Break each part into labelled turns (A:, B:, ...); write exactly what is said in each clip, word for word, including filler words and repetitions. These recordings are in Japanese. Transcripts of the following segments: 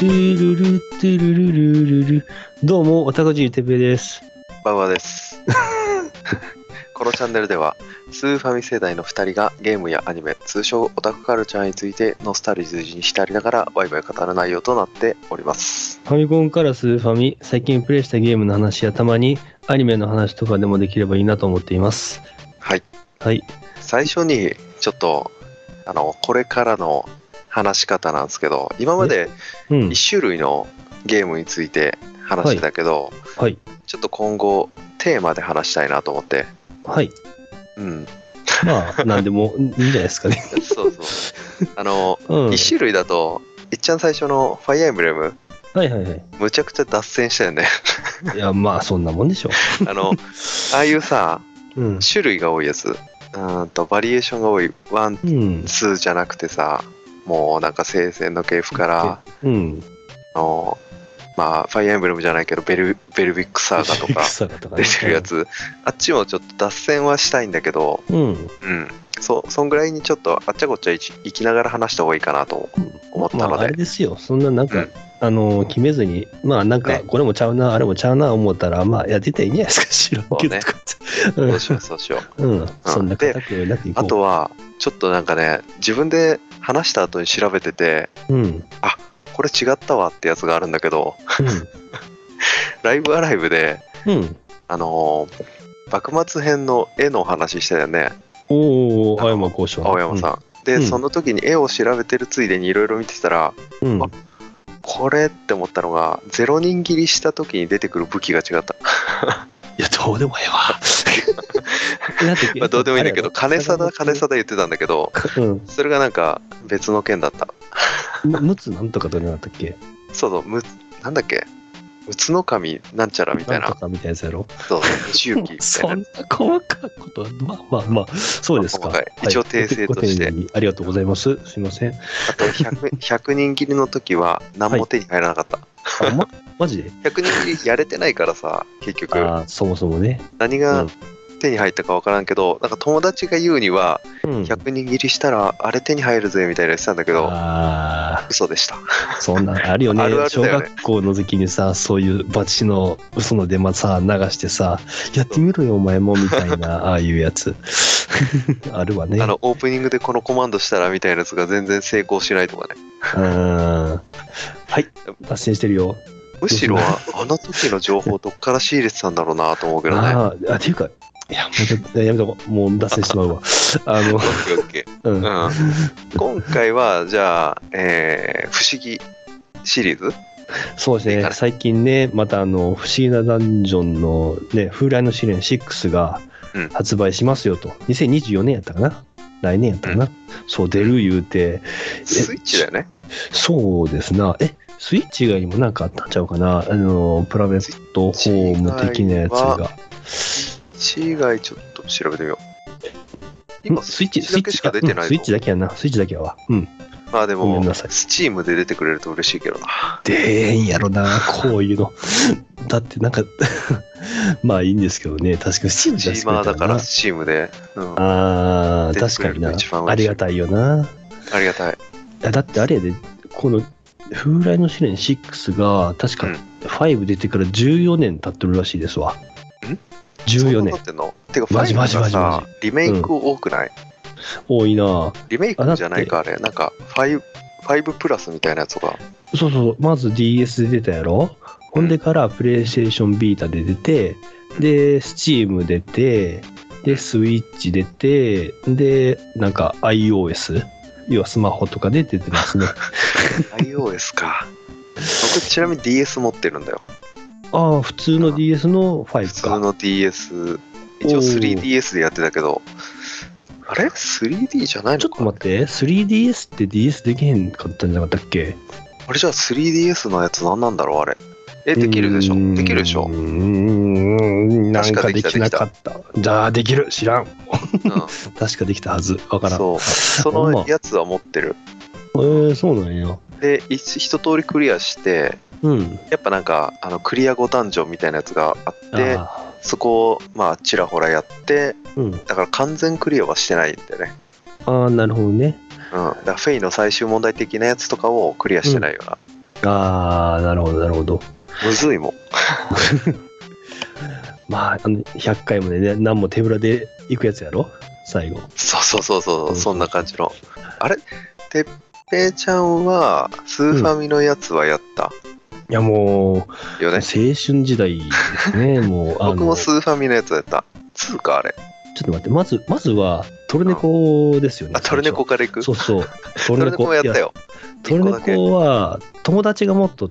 A: トゥルルトゥルルルルル。どうも、おたかじゆてぺいです。
B: バウアーです。このチャンネルではスーファミ世代のふたりがゲームやアニメ、通称オタクカルチャーについてノスタルジーに浸りながらワイワイ語る内容となっております。
A: ファミコンからスーファミ、最近プレイしたゲームの話やたまにアニメの話とかでもできればいいなと思っています。
B: はい。
A: はい。
B: 最初にちょっとあのこれからの話し方なんですけど、今までいち種類のゲームについて話してたけど、
A: はいはい、ち
B: ょっと今後テーマで話したいなと思って。
A: はい。
B: うん。
A: まあ何でもいいんじゃないですかね。
B: そうそう。あの、うん、いち種類だといっちゃん最初のファイアーエンブレム。
A: はいはいはい。
B: むちゃくちゃ脱線したよね。
A: いやまあそんなもんでしょ。
B: あのああいうさ、うん、種類が多いやつ。うんとバリエーションが多いワン、ツーじゃなくてさ、もうなんか聖戦の系譜から、うん、あのまあファイアーエンブレムじゃないけどベルベルビックサーガとか出てるやつ、うん、あっちもちょっと脱線はしたいんだけど、うん、うん、そそんぐらいにちょっとあっちゃこっちゃ行きながら話した方がいいかなと思ったので、まあ、
A: あれですよ、そんななんか、うん、あの決めずに、まあなんかこれもちゃうな、ね、あれもちゃうな思ったら、まあやってたらいいんじゃないですか、知らんけどとか。
B: そうしようそうしよう。
A: うん、そんな固くなくいこう。
B: あとはちょっとなんかね、自分で話した後に調べてて、うん、あ、これ違ったわってやつがあるんだけど、うん、ライブアライブで、うん、あのー、幕末編の絵の話してたよね。
A: おお、青山剛昌。
B: 青山さん。うん、で、うん、その時に絵を調べてるついでにいろいろ見てたら、うん、あ、これって思ったのが、ゼロ人斬りした時に出てくる武器が違った。
A: いや、どうでもええわ。
B: まあどうでもいいんだけど、金貞金貞言ってたんだけど、うん、それがなんか別の件だった。
A: むつなんとかどれなかったっけ？
B: そうそう、むなんだっけ？うつの神なんちゃらみたいな。
A: なんとかみたいなやつやろ。
B: そう、周期みたいな。
A: そんな細かいことは、まあまあまあ、そうですか。
B: はい、一応訂正として、はい。
A: ありがとうございます。すいません。
B: あと 100, ひゃくにん切りの時は何も手に入らなかった。
A: はい、あ、ま、マジで ?
B: ひゃくにん切りやれてないからさ、結局。
A: あ、そもそもね。
B: 何が手に入ったか分からんけど、うん、なんか友達が言うには、うん、ひゃくにん切りしたらあれ手に入るぜみたいな言ってたんだけど、あ、嘘でした。
A: そんなあるよね。あるあるだよね。小学校の時にさ、そういうバチの嘘のデマさ流してさ、やってみろよお前もみたいなああいうやつあるわね。
B: あのオープニングでこのコマンドしたらみたいなやつが全然成功しないとかね。
A: うん。はい。脱線してるよ。
B: むしろあの時の情報どっから仕入れてたんだろうなと思うけどね。
A: ああ、っていうか、いや、もうちょっとやめとこう。もう脱線してしまうわ。あの、
B: うんうん、今回は、じゃあ、えー、不思議シリーズ？
A: そうですね。最近ね、またあの、不思議なダンジョンのね、風来の試練シックスが発売しますよと。にせんにじゅうよねんやったかな？来年やったかな？うん、そう、出る言うて。
B: スイッチだよね。
A: そうですな。えスイッチ以外にもなんかあったんちゃうかな、あのプラネットホーム的なやつが。
B: スイッチ以外ちょっと調べてみよう。
A: 今スイッチだけしか出てない。スイッチだけやな。スイッチだけやわ。うん。
B: まあでもスチームで出てくれると嬉しいけどな。
A: 出えんやろな、こういうの。だってなんかまあいいんですけどね。確かにスチームで出てくれたらな。
B: スチーマーだからスチームで。
A: うん、ああ、確かにな。ありがたいよな。
B: ありがたい。
A: だってあれやで、この風来の試練シックスが確かご出てからじゅうよねん経ってるらしいですわ。
B: ん
A: じゅうよねん。
B: てかマジマジマジマジ。リメイク多くない？
A: うん、多いな。
B: リメイクじゃないかあれ。なんかごプラスみたいなやつが。
A: そうそう。まず ディーエス で出たやろ。ほんでからプレイステーションビータで出て、で、スチーム出て、で、スイッチ出て、で、なんか iOS。要はスマホとかで出てますね。
B: iOS か。僕ちなみに ディーエス 持ってるんだよ。
A: ああ、普通の ディーエス のごか。
B: 普通の ディーエス、一応 スリーディーエス でやってたけど、あれ スリーディー じゃないのか？
A: ちょっと待って、スリーディーエス って ディーエス できへんかったんじゃなかったっけ？
B: あれじゃあ スリーディーエス のやつ何なんだろうあれ。え、できるでしょ？できるでしょ？うー
A: ん、なんかできなかった。じゃあできる、知らん。うん、確かできたはず、わからん。
B: そう、そのやつは持ってる。
A: えー、そうなんや。
B: で、一通りクリアして、うん、やっぱなんかあのクリアごダンジョンみたいなやつがあって、そこをまあちらほらやって、うん、だから完全クリアはしてないんだよね。
A: ああ、なるほどね。
B: うん、だからフェイの最終問題的なやつとかをクリアしてないような
A: ああ、なるほどなるほど。
B: むずいもん。
A: まあ、あのひゃっかいもね、何も手ぶらで行くやつやろ最後。
B: そうそうそうそう、うん、そんな感じの。あれてっぺいちゃんはスーファミのやつはやった、うん、
A: いやもう、
B: よね、
A: 青春時代ですね。もう
B: 僕もスーファミのやつやった。ツーかあれ。
A: ちょっと待って、まずまずはトルネコですよね。
B: あ、トルネコから行く。
A: そうそう。
B: トルネコもやったよ。
A: トルネコは友達が持っとって、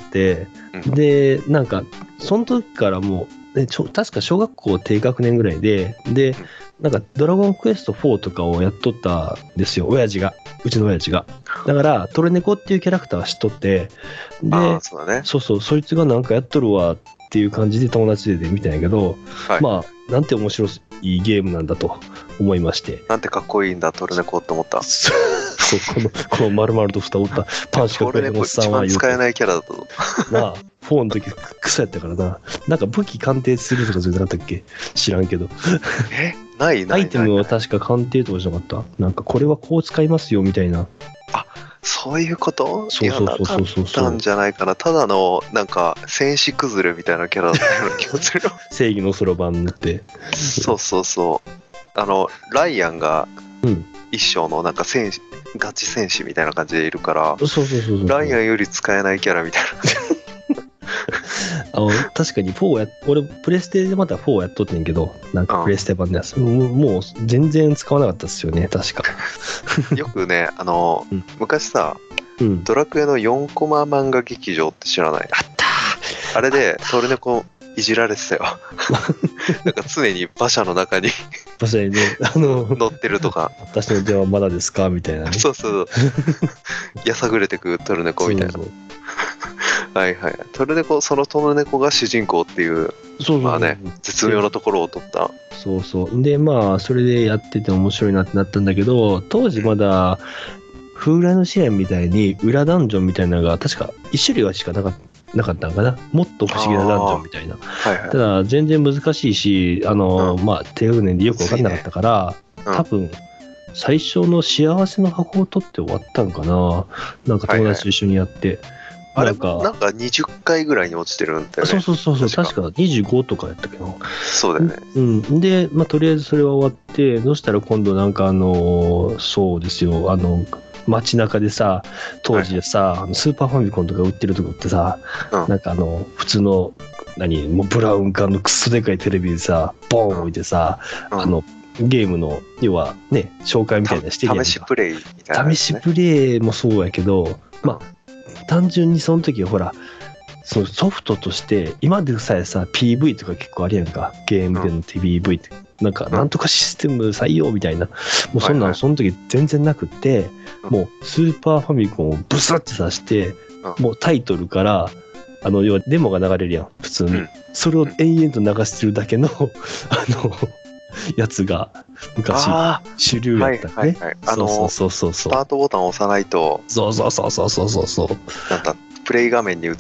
A: うん、でなんかその時からもう、ね、ちょ確か小学校低学年ぐらいでで、うん、なんかドラゴンクエストフォーとかをやっとったんですよ、親父が。うちの親父が。だからトルネコっていうキャラクターは知っとって、で、
B: あ、そうだね、
A: そうそう、そいつがなんかやっとるわっていう感じで友達で見たんやけど、はい、まあなんて面白いゲームなんだと思いまして、
B: なんてかっこいいんだトルネコって思った。
A: そう、このこの丸々と蓋を打ったパンしか食えないおっさんは
B: 言うと、一番使えないキャラだったぞ。
A: なあ、フォーの時クソやったからな。なんか武器鑑定するとかじゃなかったっけ、知らんけど。
B: え、ないない。
A: アイテムは確か鑑定とかじゃなかった。なんかこれはこう使いますよみたいな。
B: あ、そういうこと？
A: そうそうそうそうそう
B: そう。なんじゃないかな。ただのなんか戦士崩れみたいなキャラだったような気がする。
A: 正義のそろばんって。
B: そうそうそう。あのライアンが一生のなんか戦士、ガチ戦士みたいな感じでいるから、
A: そうそうそうそう、
B: ライアンより使えないキャラみたいな。
A: あの確かにフォーや俺プレステでまたフォーやっとってんけど、なんかプレステ版のやつ、うん、もう全然使わなかったですよね確か。
B: よくね、あの、うん、昔さ、
A: うん、
B: ドラクエのよんコマ漫画劇場って知らない？
A: あった
B: ー。あれでトルネコいじられてたよ。なんか常に馬車の中に
A: 馬車にね、あの
B: 乗ってるとか、
A: 私の電話まだですかみたいな、ね、
B: そうそうやさぐれてくトルネコみたいな。そうそうはいはい。トルネコ、そのトルネコが主人公っていう、
A: そうそう、
B: まあね、絶妙なところを取った。
A: そうそう。で、まあ、それでやってて面白いなってなったんだけど、当時まだ、風来の試練みたいに、裏ダンジョンみたいなのが、確か一種類はしかなかった。なかったのかな、もっと不思議なダンジョンみたいな、はいはい、ただ全然難しいし、あの、うん、まあ低学年でよく分かんなかったから、ね、うん、多分最初の幸せの箱を取って終わったんかな、なんか友達と一緒にやって、
B: はいはい、なんかあれなんかにじゅっかいぐらいに落ちてるんだよね。
A: そうそうそうそう、確かにじゅうごとかやったけど、
B: そうだよね。
A: うん、で、まあ、とりあえずそれは終わって、どうしたら今度なんかあのそうですよ、あの街中でさ、当時さ、はい、スーパーファミコンとか売ってるとこってさ、うん、なんかあの普通の何もうブラウン管のクソでかいテレビでさ、ボーン置いてさ、うん、あのゲームの要はね紹介みたいなしてるやんか。
B: 試しプレイみたいな、ね、
A: 試しプレイもそうやけど、まあ単純にその時はほら。そのソフトとして今でさえさ ピーブイ とか結構あるやんか、ゲームでの ピーブイ って、うん、なんかなんとかシステム採用みたいな、もうそんなのその時全然なくって、はいはい、もうスーパーファミコンをブサッて刺して、うん、もうタイトルからあの要はデモが流れるやん普通に、うん、それを延々と流してるだけのあのやつが昔主流やったね。はいはいはい、あのそうそうそうそう、
B: スタートボタンを押さないと、
A: そうそうそうそうそうそうそう、
B: なんかプレイ画面に移って、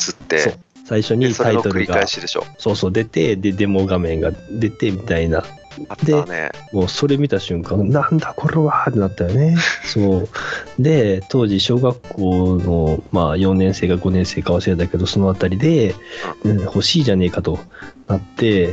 A: 最初にタイトルが
B: そう
A: そう出て、でデモ画面が出てみたいな。で、ね、もうそれ見た瞬間、なんだこれはってなったよね。そうで、当時小学校の、まあ、よねん生かごねん生か忘れたけど、そのあたりで、うん、欲しいじゃねえかとなって、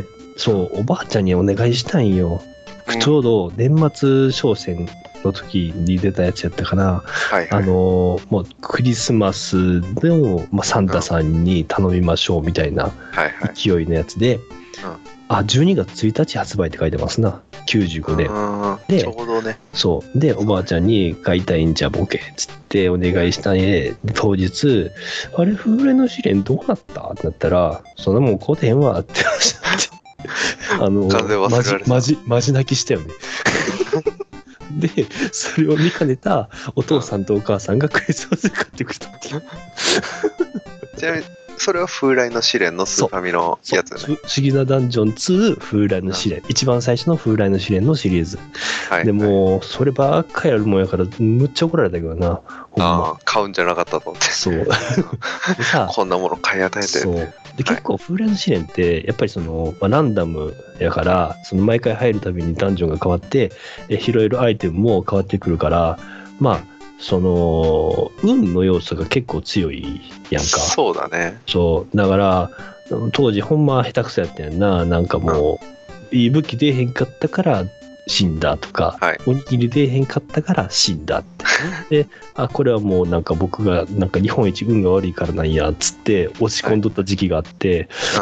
A: そうおばあちゃんにお願いしたんよ。うん、ちょうど年末商戦の時に出たやつやったかな、はいはい、あのもうクリスマスの、まあ、サンタさんに頼みましょうみたいな勢いのやつで、うんはいはい、あじゅうにがつついたち発売って書いてますな、きゅうじゅうごで。で
B: ちょうどね、
A: そうでおばあちゃんに買いたいんじゃボケっつってお願いしたね。当日あれ風来の試練どうなったってなったら、そんなもんこうてへんわって話になってあのマジマジマジ泣きしたよね。でそれを見かねたお父さんとお母さんがクリスマスで買ってくれたっていう。
B: ちなみにそれは風来の試練のスーファミのやつね。
A: 不思議なダンジョンツー風来の試練、うん、一番最初の風来の試練のシリーズ、はい、でも、はい、そればっかりやるもんやからむっちゃ怒られたけどな。
B: ほんまあ買うんじゃなかったと思って。
A: そうで
B: さこんなもの買い与えて、
A: そうで結構風来の試練ってやっぱりその、まあ、ランダムやからその毎回入るたびにダンジョンが変わってえ拾えるアイテムも変わってくるから、まあその運の要素が結構強いやんか。
B: そうだね。
A: そうだから当時ほんま下手くそやったやんな。なんかもう、うん、いい武器出えへんかったから死んだとか、はい、おにぎり出えへんかったから死んだってで、あこれはもうなんか僕がなんか日本一運が悪いからなんやっつって落ち込んどった時期があって、はい、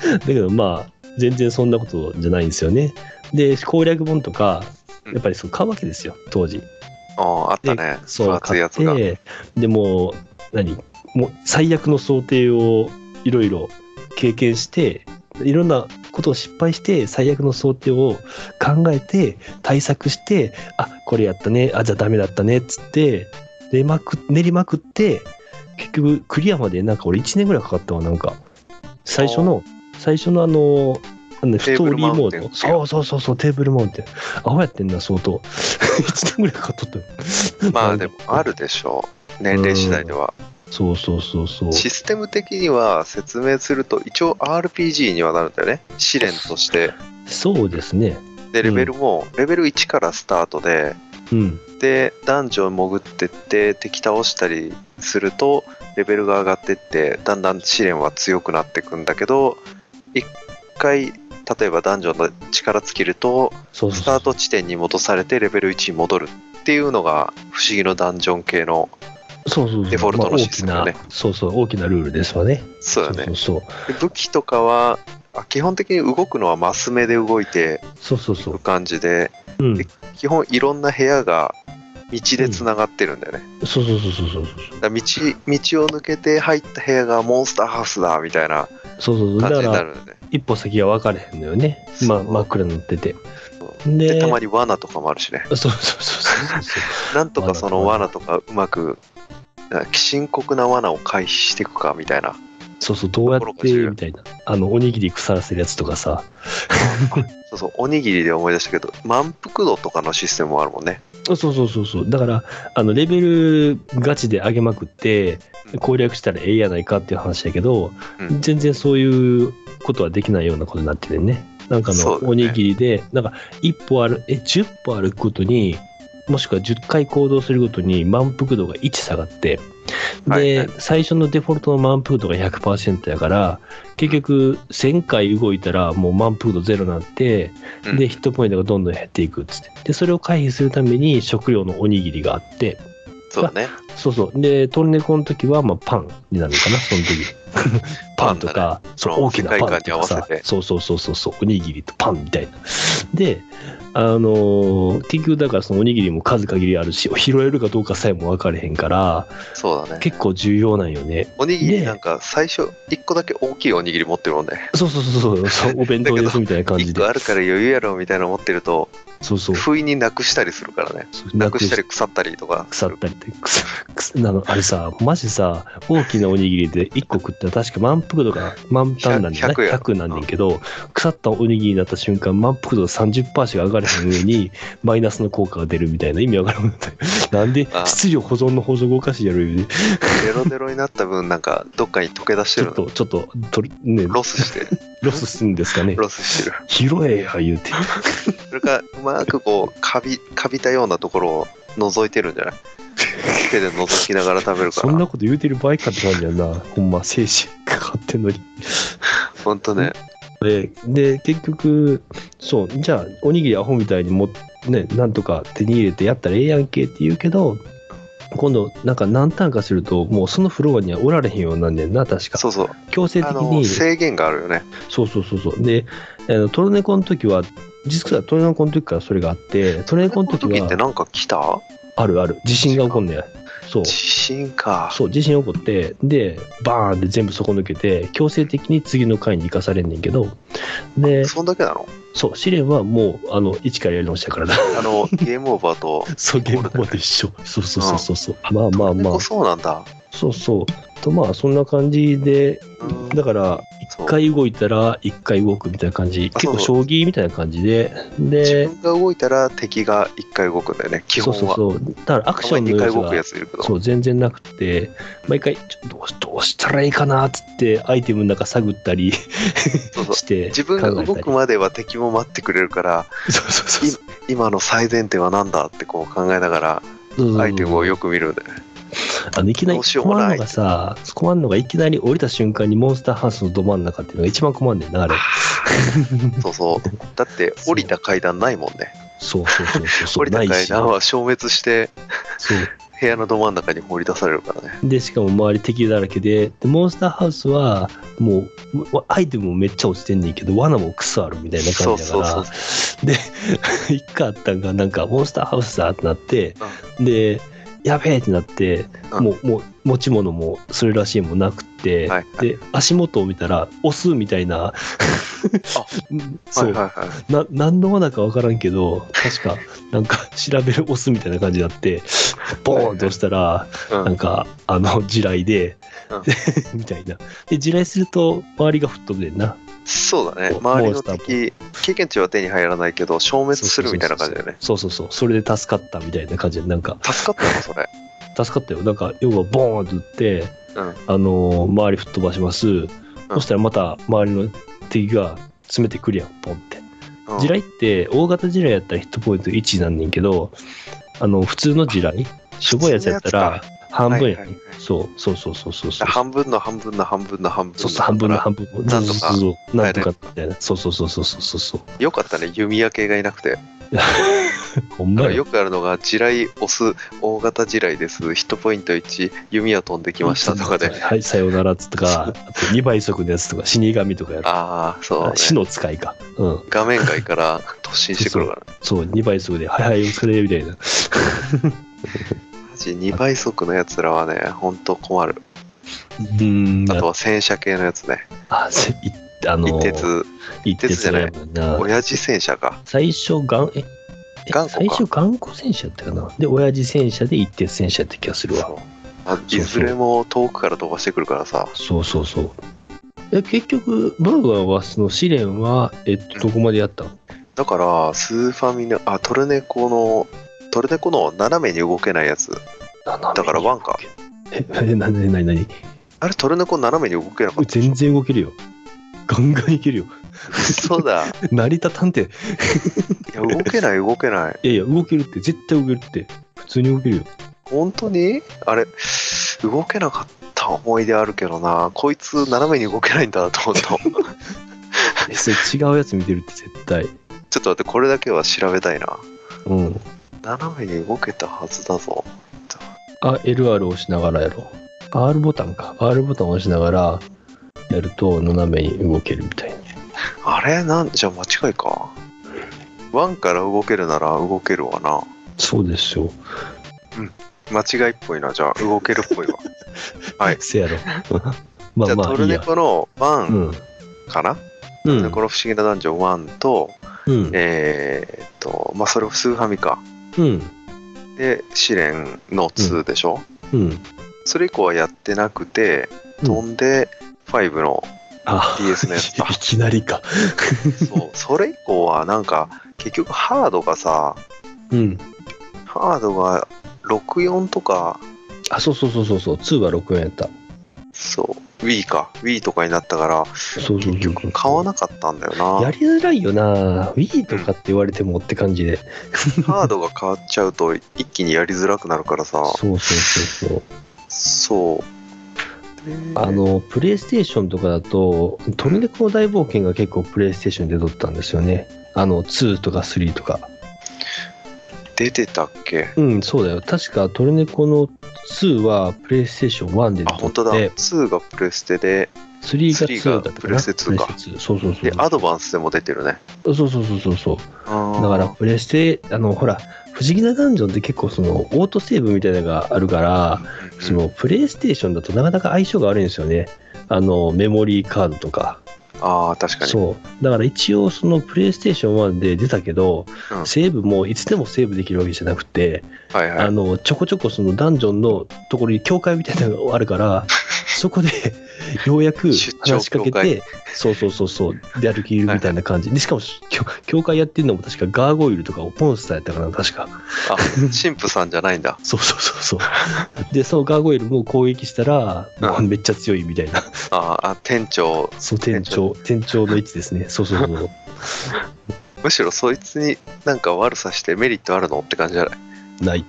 A: だけどまあ全然そんなことじゃないんですよね。で攻略本とかやっぱりそう買うわけですよ当時。
B: あああったね。
A: そう買ってでも何もう最悪の想定をいろいろ経験していろんなことを失敗して最悪の想定を考えて対策してあこれやったねあじゃあダメだったねっつって練まく練りまくって結局クリアまでなんか俺いちねんぐらいかかったわ。なんか最初の最初のあのあのストーリーモードそうそうそうそうテーブルマウンテンアホやってんな相当いちねんぐらいかかっとった
B: まあでもあるでしょう年齢次第では。
A: そうそうそうそう
B: システム的には説明すると一応 アールピージー にはなるんだよね試練として。
A: そうですね。
B: でレベルもレベルいちからスタートで、うん、でダンジョン潜ってって敵倒したりするとレベルが上がってってだんだん試練は強くなっていくんだけど一回例えばダンジョンの力尽きるとスタート地点に戻されてレベルいちに戻るっていうのが不思議のダンジョン系の
A: そうそうそう
B: デフォルトのシステムね、
A: まあ、そうそう大きなルールですわね。
B: そうだね。そうそうそうで武器とかは基本的に動くのはマス目で動いていく感じで、
A: うん、
B: で基本いろんな部屋が道でつながってるんだよね、
A: うん、そうそうそうそうそう
B: だ道道を抜けて入った部屋がモンスターハウスだみたいな感じになるんで、ね、
A: 一歩先が分かれへんのよね、まあ、真っ暗になってて
B: で, でたまに罠とかもあるしね。
A: そうそうそうそう
B: そうなんとかその罠とかうまく深刻な罠を回避していくかみたいな。
A: そうそうどうやってみたいなあのおにぎり腐らせるやつとかさ
B: そうそうおにぎりで思い出したけど満腹度とかのシステムもあるもんね。
A: そうそうそうそうだからあのレベルガチで上げまくって攻略したらええやないかっていう話だけど、うん、全然そういうことはできないようなことになってるね。なんかのおにぎりで、ね、なんか一歩あるえじゅっぽ歩くごとにもしくはじゅっかい行動するごとに満腹度がいち下がってで、はいはい、最初のデフォルトの満腹度が ひゃくパーセント やから結局せんかい動いたらもう満腹度ゼロになって、うん、でヒットポイントがどんどん減っていくっつってでそれを回避するために食料のおにぎりがあって
B: そうね
A: そうそうでトルネコの時はまあパンになるのかなその時パンとか、ね、そう大きなパンとかさそうそうそうそうそうおにぎりとパンみたいなであのー、結局だからそのおにぎりも数限りあるし拾えるかどうかさえも分かれへんから
B: そうだね
A: 結構重要なんよね。
B: おにぎりなんか最初いっこだけ大きいおにぎり持ってるもんね。
A: そうそうそうそうお弁当ですみたいな感じでいっこ
B: あるから余裕やろみたいなの持ってるとそうそう不意になくしたりするからね。なくしたり腐ったりとか
A: 腐ったりってあのあれさマジさ大きなおにぎりでいっこ食ったら確か満腹度が満タンなんだね ひゃく, ひゃくなんねんけど、うん、腐ったおにぎりになった瞬間満腹度が さんじゅっパーセント しか上がれへん上にマイナスの効果が出るみたいな意味わからんなんで質量保存の法則おかしいやろよね
B: デロデロになった分なんかどっかに溶け出してるの
A: ちょっとちょっととね
B: ロスして
A: ロスするんですかね。
B: ロスしてる
A: 拾えや言うて
B: それかうまくこうかびかびたようなところを覗いてるんじゃない手で覗きながら食べるから。
A: そんなこと言うてる場合かって感じやなほんま精神かかってんのに
B: ほんとね。
A: で, で結局そうじゃあおにぎりアホみたいにも、ね、なんとか手に入れてやったらええやんけって言うけど今度なんか何ターンかするともうそのフロアにはおられへんようになんねんな確か。
B: そうそう
A: 強制的に
B: 制限があるよね。
A: そうそうそうそうであのトルネコの時は実はトルネコの時からそれがあってトルネコの時は
B: トルネコの時ってなんか来た
A: あるある地震が起こんねん。そう
B: 地震か
A: そう地震起こってでバーンって全部底抜けて強制的に次の回に生かされんねんけどで
B: そんだけなの。
A: そう試練はもうあの一からやり直したからだ
B: あのゲームオーバーと
A: そうゲームオーバーと一緒そうそうそうそうそう、うん、まあまあまあ
B: そうなんだ
A: そうそうとまあそんな感じでだからいっかい動いたらいっかい動くみたいな感じ結構将棋みたいな感じでで
B: 自分が動いたら敵がいっかい動くんだよね基本は。そうそうそう
A: だからアクションの要素がそう全然なくて毎回ちょどうどうしたらいいかなっつってアイテムの中探ったり
B: そうそう
A: して
B: 自分が動くまでは敵も待ってくれるから
A: そうそうそうそう
B: 今の最前提は何だってこう考えながらアイテムをよく見るんだよね。
A: あのいきなり困るのがさ、困るのがいきなり降りた瞬間にモンスターハウスのど真ん中っていうのが一番困んねんな、あれ。
B: そうそう。だって降りた階段ないもんね。
A: そうそうそうそう。
B: 降りた階段は消滅して、
A: そう。
B: 部屋のど真ん中に放り出されるからね。
A: で、しかも周り敵だらけで、でモンスターハウスはもうアイテムもめっちゃ落ちてんねんけど、罠もクソあるみたいな感じだから、そうそうそうで、一回あったんが、なんかモンスターハウスだってなって、うん、で、やべえってなって、うん、もう、もう持ち物もそれらしいもなくて、はいはい、で、足元を見たら、押すみたいな、そう、はいはいはい、な、何の罠か分からんけど、確か、なんか調べる押すみたいな感じになって、ボーンと押したら、うん、なんか、あの、地雷で、うん、みたいな。で、地雷すると、周りが吹っ飛ぶねんな。
B: そうだね。周りの敵、経験値は手に入らないけど、消滅するみたいな感じだよね。
A: そうそうそう。それで助かったみたいな感じで、なんか。
B: 助かったのそれ。
A: 助かったよ。なんか、要はボーンと打って、うん、あのー、周り吹っ飛ばします。うん、そしたらまた、周りの敵が詰めてくるやん、ポンって。うん、地雷って、大型地雷やったらヒットポイントいちなんねんけど、あの、普通の地雷、しょぼいやつやったら、半分やね、はいはいはい。そうそうそうそうそうそう。
B: 半分の半分の半分の半分の。
A: そうそう、半分の半分の。
B: なんとか。そうそう
A: なんとかみたいな。そうそうそうそうそうそう。
B: よかったね、弓矢系がいなくて。ほんまよくあるのが、地雷押す、大型地雷です。ヒットポイントいち、弓矢飛んできましたとかで。
A: はい、さよならとか、あとにばい速のやつとか、死神とかやる。
B: ああ、そう、ね。
A: 死の使いか。うん。
B: 画面外から突進してくるから。
A: そう、そうにばい速で、はいはい、お疲れみたいな。
B: マジにばい速のやつらはね、ほんと困る。うん。あとは戦車系のやつね。
A: あ、せいあのー、
B: 一鉄。一鉄じゃない。親父戦車か。
A: 最初、がん、え、
B: 頑固か
A: 最初、頑固戦車やったかな。で、親父戦車で一鉄戦車って気がするわ。
B: あ、いずれも遠くから飛ばしてくるからさ。
A: そうそうそう。え、結局、バーガーはその試練は、えっと、どこまでやったの？
B: だから、スーファミの、あ、トルネコの、トルネコの斜めに動けないやつ。だからワンか。
A: え、え、なになになに
B: あれ、トルネコ斜めに動けなかったでしょ？
A: 全然動けるよ。ガンガンいけるよ。
B: そうだ。
A: 成り立たんて。い
B: や、動けない動けない。
A: いやいや、動けるって、絶対動けるって。普通に動けるよ。
B: 本当に？あれ、動けなかった思い出あるけどな。こいつ斜めに動けないんだと思った。
A: え、それ違うやつ見てるって絶対。
B: ちょっと待って、これだけは調べたいな。
A: うん。
B: 斜めに動けたはずだぞ。
A: あ、エルアール 押しながらやろう。R ボタンか。R ボタン押しながらやると斜めに動けるみたいな。
B: あれなんじゃ間違いか。ワンから動けるなら動けるわな。
A: そうですよ。
B: うん。間違いっぽいな。じゃあ動けるっぽいわ。はい。
A: せやろ。
B: まあ、じゃあトルネコのワンかな、うん、トルネコの不思議なダンジョンワンと、うん、えー、っと、まあそれスーファミか。
A: うん。
B: で、試練のツーでしょ、
A: うん、うん。
B: それ以降はやってなくて、飛んでファイブの ディーエス のやつか。
A: いきなりか。
B: そう、それ以降はなんか、結局ハードがさ、
A: うん。
B: ハードがろくじゅうよんとか。
A: あ、そうそうそうそうそう、ツーはろくじゅうよんやった。
B: そう、Wii か。Wii とかになったから、
A: そうそうそう、
B: 結局買わなかったんだよな。
A: やりづらいよな。Wii とかって言われてもって感じで。
B: ハードが変わっちゃうと一気にやりづらくなるからさ。
A: そうそうそうそう。
B: そう。
A: あのプレイステーションとかだとトルネコの大冒険が結構プレイステーションで出とったんですよね。あのツーとかスリーとか
B: 出てたっけ？
A: うん、そうだよ。確かトルネコのツーはプレイステーションワンで出とって、
B: あ、本当だ。ツーがプレステで
A: スリーがツーだったかな。
B: プレステツーか。
A: そうそうそう。
B: でアドバンスでも出てるね。
A: そうそうそうそうそう。だからプレステ、あのほら不思議なダンジョンって結構そのオートセーブみたいなのがあるから、うんうん、そのプレイステーションだとなかなか相性が悪いんですよね。あのメモリーカードとか。
B: ああ、確かに。
A: そうだから一応そのプレイステーションワンで出たけど、うん、セーブもいつでもセーブできるわけじゃなくて、
B: はいはい、
A: あのちょこちょこそのダンジョンのところに境界みたいなのがあるからそこでようやく話しかけて、そうそうそうそうで歩きるみたいな感じで、しかも教会やってるのも確かガーゴイルとかポンスターやったかな、確か。
B: あ、神父さんじゃないんだ。
A: そうそうそうそうでそのガーゴイルも攻撃したら、うん、めっちゃ強いみたいな。
B: ああ、店長。
A: そう、店長店長の位置ですね。そうそうそう
B: むしろそいつになんか悪さしてメリットあるのって感じじゃない？
A: ない。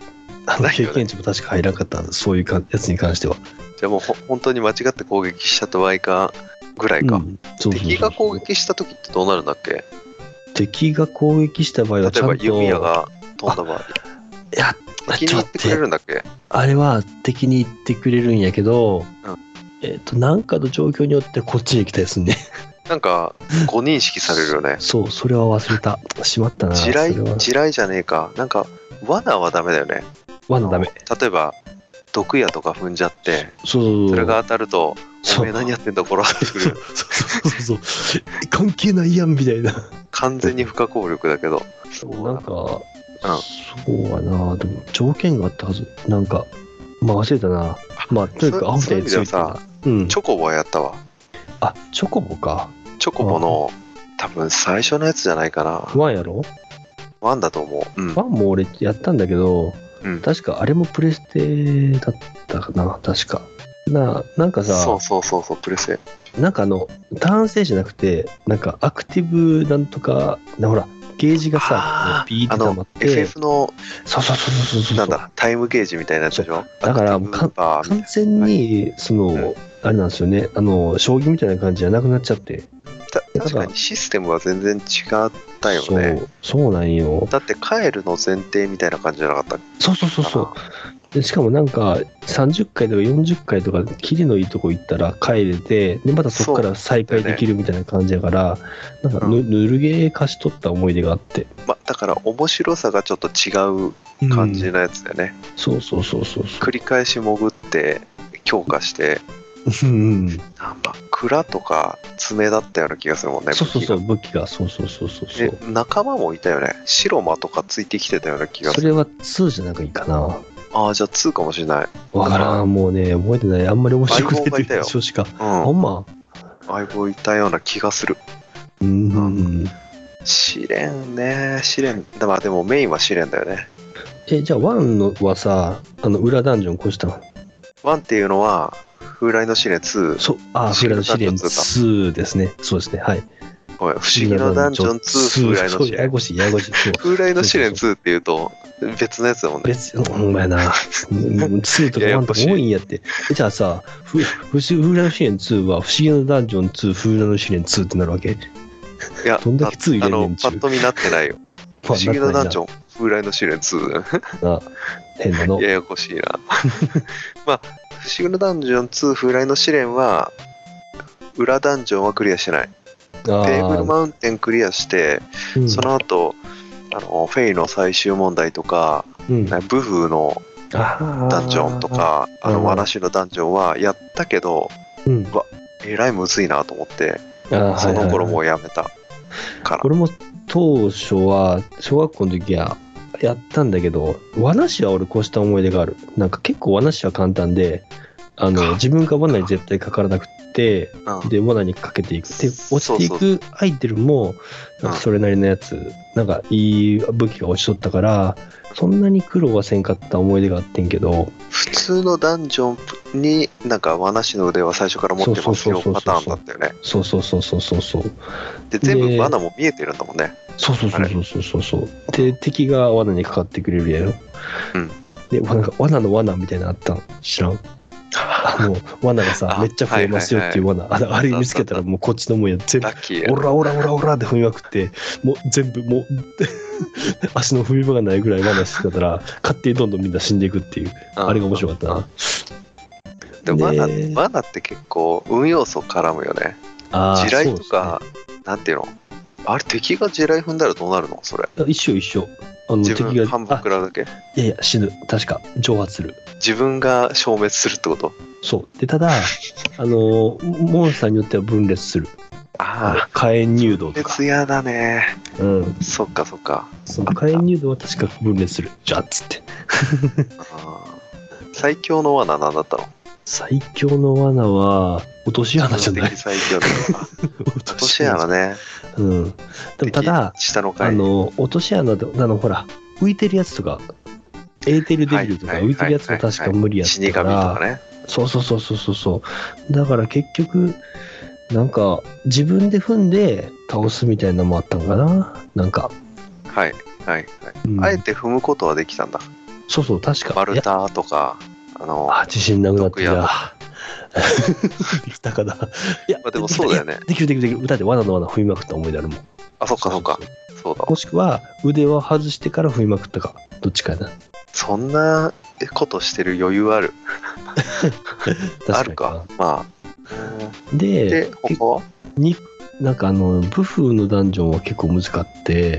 A: あの経験値も確か入らなかった、そういうかやつに関しては。
B: じゃあもうほ本当に間違って攻撃しちゃった場合かぐらいか、うん、そうそうそうそう。敵が攻撃した時ってどうなるんだっけ？
A: 敵が攻撃した場合はちゃんと、
B: 例えば弓矢が飛んだ場合、い
A: や
B: 敵に言ってくれるんだっけ？
A: あれは敵に言ってくれるんやけど、うん、えっ、ー、となんかの状況によってこっちに来たりすんね。
B: なんか誤認識されるよね。
A: そう、それは忘れた。しまったな。
B: 地雷、地雷じゃねえか。なんか罠はダメだよね。
A: 罠ダメ。
B: 例えば毒矢とか踏んじゃって、
A: そうそう
B: それが当たると、おめえ何やってんだこらってくる。
A: そうそうそうそう。関係ないやんみたいな。
B: 完全に不可抗力だけど。
A: そうなんか、うん、そうはな。でも条件があったはず。なんか、まあ忘れたな。まあとにかくアホみたいに強いさ、
B: うん、チョコボはやったわ。
A: あ、チョコボか。
B: チョコボの多分最初のやつじゃないかな。
A: ワンやろ？
B: ワンだと思う。うん、
A: ワンも俺やったんだけど、うん、確かあれもプレステだったかな、確か。な、なんかさ、
B: そうそうそうそう、プレステ。
A: なんかあの、単性じゃなくて、なんかアクティブなんとか、なほら、ゲージがさ、ピーって溜まって。
B: エフエフ の、
A: そうそうそうそうそう。
B: なんだ、タイムゲージみたいなやつでしょ？
A: だからか、完全に、その、うん、あれなんですよね、あの、将棋みたいな感じじゃなくなっちゃって。
B: 確かにシステムは全然違ったよね。
A: そう、そうなんよ。
B: だって帰るの前提みたいな感じじゃなかった？
A: そうそうそうそう。でしかもなんかさんじゅっかいとかよんじゅっかいとかキリのいいとこ行ったら帰れて、でまたそこから再開できるみたいな感じやから、ね、なんか ぬ,、うん、ぬるゲー貸し取った思い出があって。
B: ま、だから面白さがちょっと違う感じのやつだよね。
A: うん、そうそうそうそう。
B: 繰り返し潜って強化して。
A: うん、なん
B: か蔵とか爪だったような気がするもんね。
A: そうそうそう、武器が、そうそうそうそうそう。
B: で、仲間もいたよね。白馬とかついてきてたような気がする。
A: それはツーじゃなくいいかな。
B: ああ、じゃあツーかもしれない。
A: わからん、もうね、覚えてない。あんまり面白くないっていう印象しか。
B: うん、
A: ほんま
B: 相棒いたような気がする。
A: うん。うん、
B: 試練ね、試練。まあでもメインは試練だよね。
A: え、じゃあワンのはさ、あの裏ダンジョン越したの？
B: ワンっていうのは、風来の試練ツー。
A: そう、あ、風来の試練ツーですね。そうですね、はい。
B: 不思議のダンジョンツー、風来の試練。
A: ややこしい、ややこしい。
B: 風来の試練ツーっていうと、別のやつだもんね。
A: 別、お前な。ツーとかワンとか多いんやって。じゃあさ、風来の試練ツーは、不思議のダンジョンツー、風来の試練ツーってなるわけ？い
B: や、
A: どんだけツー入れんねんちゅう。
B: あの、パッと見なってないよ。不思議のダンジョン、風来の試練ツー。
A: あ、変なの。
B: ややこしいな。まあ、不思議のダンジョンツー、風来の試練は、裏ダンジョンはクリアしてない。テーブルマウンテンクリアして、うん、その後あのフェイの最終問題とか、うん、ブフのダンジョンとか、あのワナシのダンジョンはやったけど、うん、わえらいむずいなと思って、その頃もうやめたから。
A: これも当初は小学校の時はやったんだけど、ワナシは俺こうした思い出がある。なんか結構ワナシは簡単で、あの自分が罠に絶対かからなくて、うん、で罠にかけていくで落ちていくアイテムもなんかそれなりのやつ、うん、なんかいい武器が落ちとったからそんなに苦労はせんかった思い出があってんけど、
B: 普通のダンジョンになんか罠師の腕は最初から持ってますよパターンだったよね。
A: そうそうそうそうそうそう。
B: で全部罠も見えてるんだもんね。
A: そうそうそうそうそうそう。で敵が罠にかかってくれるやろ。うん。でなんか罠の罠みたいなのあったん知らん？あの罠がさめっちゃ増えますよっていう罠、はいはいはい、あれ見つけたらもうこっちのもんや全部オラオラオラオラって踏みまくってもう全部もう足の踏み場がないぐらい罠してたら勝手にどんどんみんな死んでいくっていう、あれが面白かったな。
B: でも罠、罠って結構運要素絡むよね。地雷とか、ね、なんていうのあれ敵が地雷踏んだらどうなるのそれ？
A: 一緒一緒。あの
B: 自分
A: 敵が
B: 半分食らうだけ？
A: いやいや死ぬ。確か蒸発する。
B: 自分が消滅するってこと？
A: そうでただあのモンスターによっては分裂する。
B: ああ
A: 火炎入道とか。
B: 分裂嫌だね。
A: うん。
B: そっかそっか。
A: その火炎入道は確か分裂する。じゃあっつって。
B: あ最強の罠何だったの？
A: 最強の罠は落とし穴じゃない。
B: 最強の落とし穴ね。
A: うん。でもただ
B: 下の階
A: あの落とし穴であのほら浮いてるやつとかエーテルデビルとか浮いてるやつは確か無理やったから。死神とかね。そうそうそうそうそうそう。だから結局なんか自分で踏んで倒すみたいなのもあったのかな。なんか。
B: はいはいはい。うん、あえて踏むことはできたんだ。
A: そうそう、確か。
B: マルタとか、あの、
A: あ、自信なくなってきた。できたかな。いや、
B: まあ、でもそうだよね。
A: できるできるできる。歌で罠の罠踏みまくった思い出あるもん。
B: あ、そっかそっか。そうだ。
A: もしくは、腕を外してから踏みまくったか。どっちかやな。
B: そんなことしてる余裕ある。あるか。まあ。
A: で、
B: で他は
A: になんかあの、武風のダンジョンは結構難かって、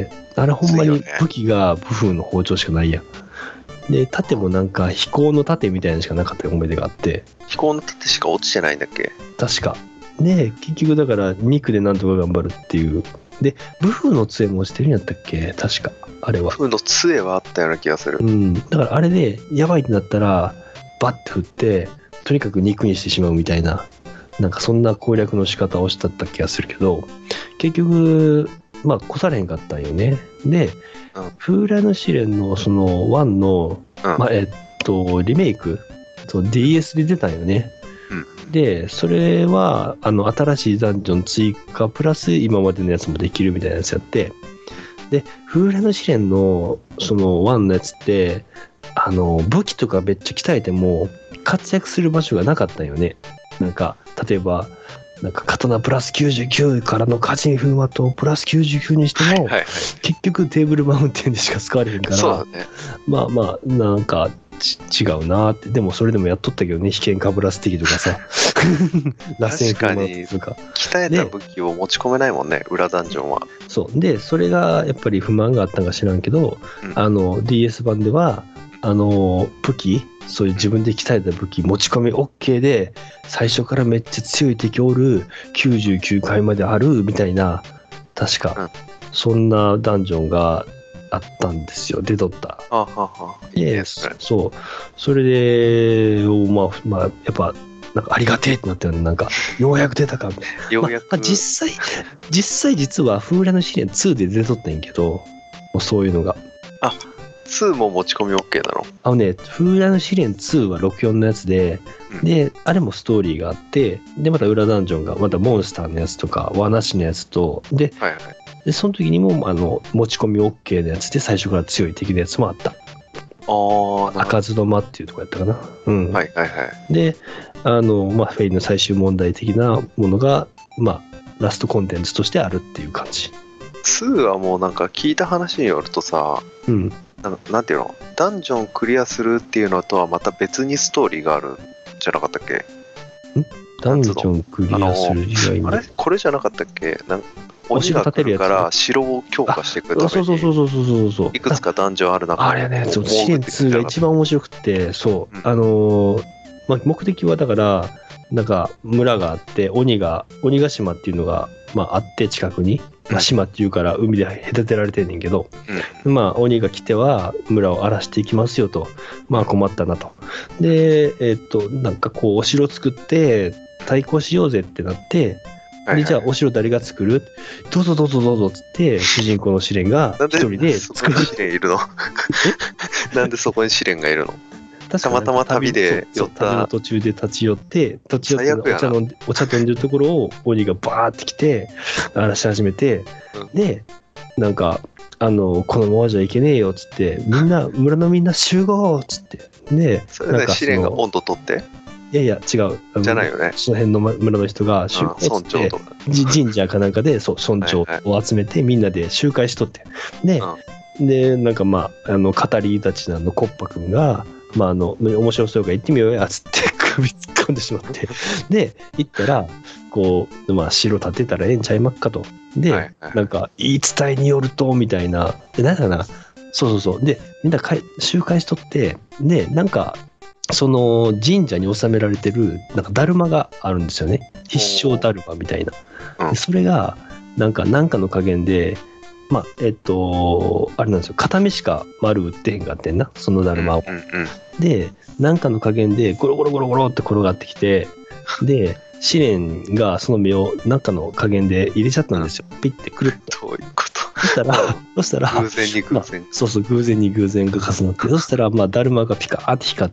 A: あれほんまに武器が武風の包丁しかないやん。で、盾もなんか飛行の盾みたいなのしかなかった思い出があって。
B: 飛行の盾しか落ちてないんだっけ？
A: 確か。で、結局だから肉でなんとか頑張るっていう。で、武風の杖も落ちてるんやったっけ？確か。あれは。
B: 武風の杖はあったような気がする。
A: うん。だからあれで、やばいってなったら、バッて振って、とにかく肉にしてしまうみたいな、なんかそんな攻略の仕方をしたった気がするけど、結局、まあ、越されへんかったんよね。で、うん、フーラの試練のそのワンの、うん、まあ、えっと、リメイク、そう ディーエス で出たんよね。うん、で、それは、あの、新しいダンジョン追加、プラス今までのやつもできるみたいなやつやって、で、フーラの試練のそのワンのやつって、あの、武器とかめっちゃ鍛えても活躍する場所がなかったんよね。なんか、例えば、なんか刀プラスきゅうじゅうきゅうからの火人風魔とプラスきゅうじゅうきゅうにしても、はいはいはい、結局テーブルマウンテンでしか使われへんから、
B: そうだね、
A: まあまあ、なんか違うなって。でもそれでもやっとったけどね、被験かぶらす敵とかさ。
B: 螺旋風魔とか。鍛えた武器を持ち込めないもんね、裏ダンジョンは。
A: そう。で、それがやっぱり不満があったんか知らんけど、うん、あの、ディーエス 版では、あの、武器、そういう自分で鍛えた武器持ち込み OK で、最初からめっちゃ強い敵おる、きゅうじゅうきゅうかいまであるみたいな、確か、うん、そんなダンジョンがあったんですよ。出とった。
B: あはは。
A: いいですね。そう。それで、まあ、まあ、やっぱ、なんかありがてえってなったよね。なんか、ようやく出たかみたいな。ようやく。まあ、実際、実際実は、フーラの試練ツーで出とったんやけど、もうそういうのが。
B: あ、ツーも持ち込み OK なの？
A: あのね、フーラの試練ツーはろくじゅうよんのやつで、うん、で、あれもストーリーがあって、で、また裏ダンジョンが、またモンスターのやつとか、ワナシのやつと、で、はいはい、でその時にも、あの、持ち込み OK のやつで、最初から強い敵のやつもあった。ああ、赤ずの間っていうとこやったかな。うん。
B: はいはいはい。
A: で、あの、まあ、フェイの最終問題的なものが、まあ、ラストコンテンツとしてあるっていう感じ。
B: ツーはもうなんか聞いた話によるとさ、うん。な, なんていうのダンジョンクリアするっていうのとはまた別にストーリーがあるんじゃなかったっけ？
A: んダンジョンクリアする以外に。
B: あれこれじゃなかったっけ？なん鬼が来るから城を強化していくために、
A: そうそうそうそうそうそう、
B: いくつかダンジョンある中
A: で、あれね、そう試練ツーが一番面白くて、そう、うん、あのー、まあ、目的はだから、なんか村があって、鬼が、鬼ヶ島っていうのが、まあ、あって近くに、まあ、島っていうから海で隔てられてんねんけど、うん、まあ鬼が来ては村を荒らしていきますよと、まあ困ったなと。で、えー、っと、なんかこうお城作って対抗しようぜってなって、で、じゃあお城誰が作る？どうぞどうぞどうぞっつって主人公の試練が一人で作る。
B: 試練いるの？なんでそこに試練がいるの？たまたま旅で寄った
A: 旅の途中で立ち寄って途中でお茶飲んでお茶飲んでるところを鬼がバーって来て荒らし始めて、うん、でなんかあのこのままじゃいけねえよっつってみんな村のみんな集合っつってで
B: それで試練が温度取って
A: いやいや違う
B: じゃないよね
A: その辺の村の人が集合っつって神社かなんかでそう村長を集めてみんなで集会しとってで、うん、でなんかまああの語りたちなのコッパ君がまあ、あの面白そうか行ってみようやつって首突っ込んでしまってで行ったらこう、まあ、城建てたらええんちゃいまっかとで、はいはい、なんか言い伝えによるとみたいなでなんだかなそうそうそうでみんな集会しとってでなんかその神社に納められてるなんかだるまがあるんですよね必勝だるまみたいな、うん、でそれがなんか何かの加減でまあ、えっと、あれなんですよ。片目しか丸打ってへんかってんな。そのだるまを。うんうんうん、で、なんかの加減でゴロゴロゴロゴロって転がってきて、で、試練がその目をなんかの加減で入れちゃったんですよ。ピッてくるっと。
B: どういうこと
A: そしたら、そしたら、
B: 偶然に偶然、
A: まあ。そうそう、偶然に偶然が重なって、そしたら、まあ、だるまがピカーって光って、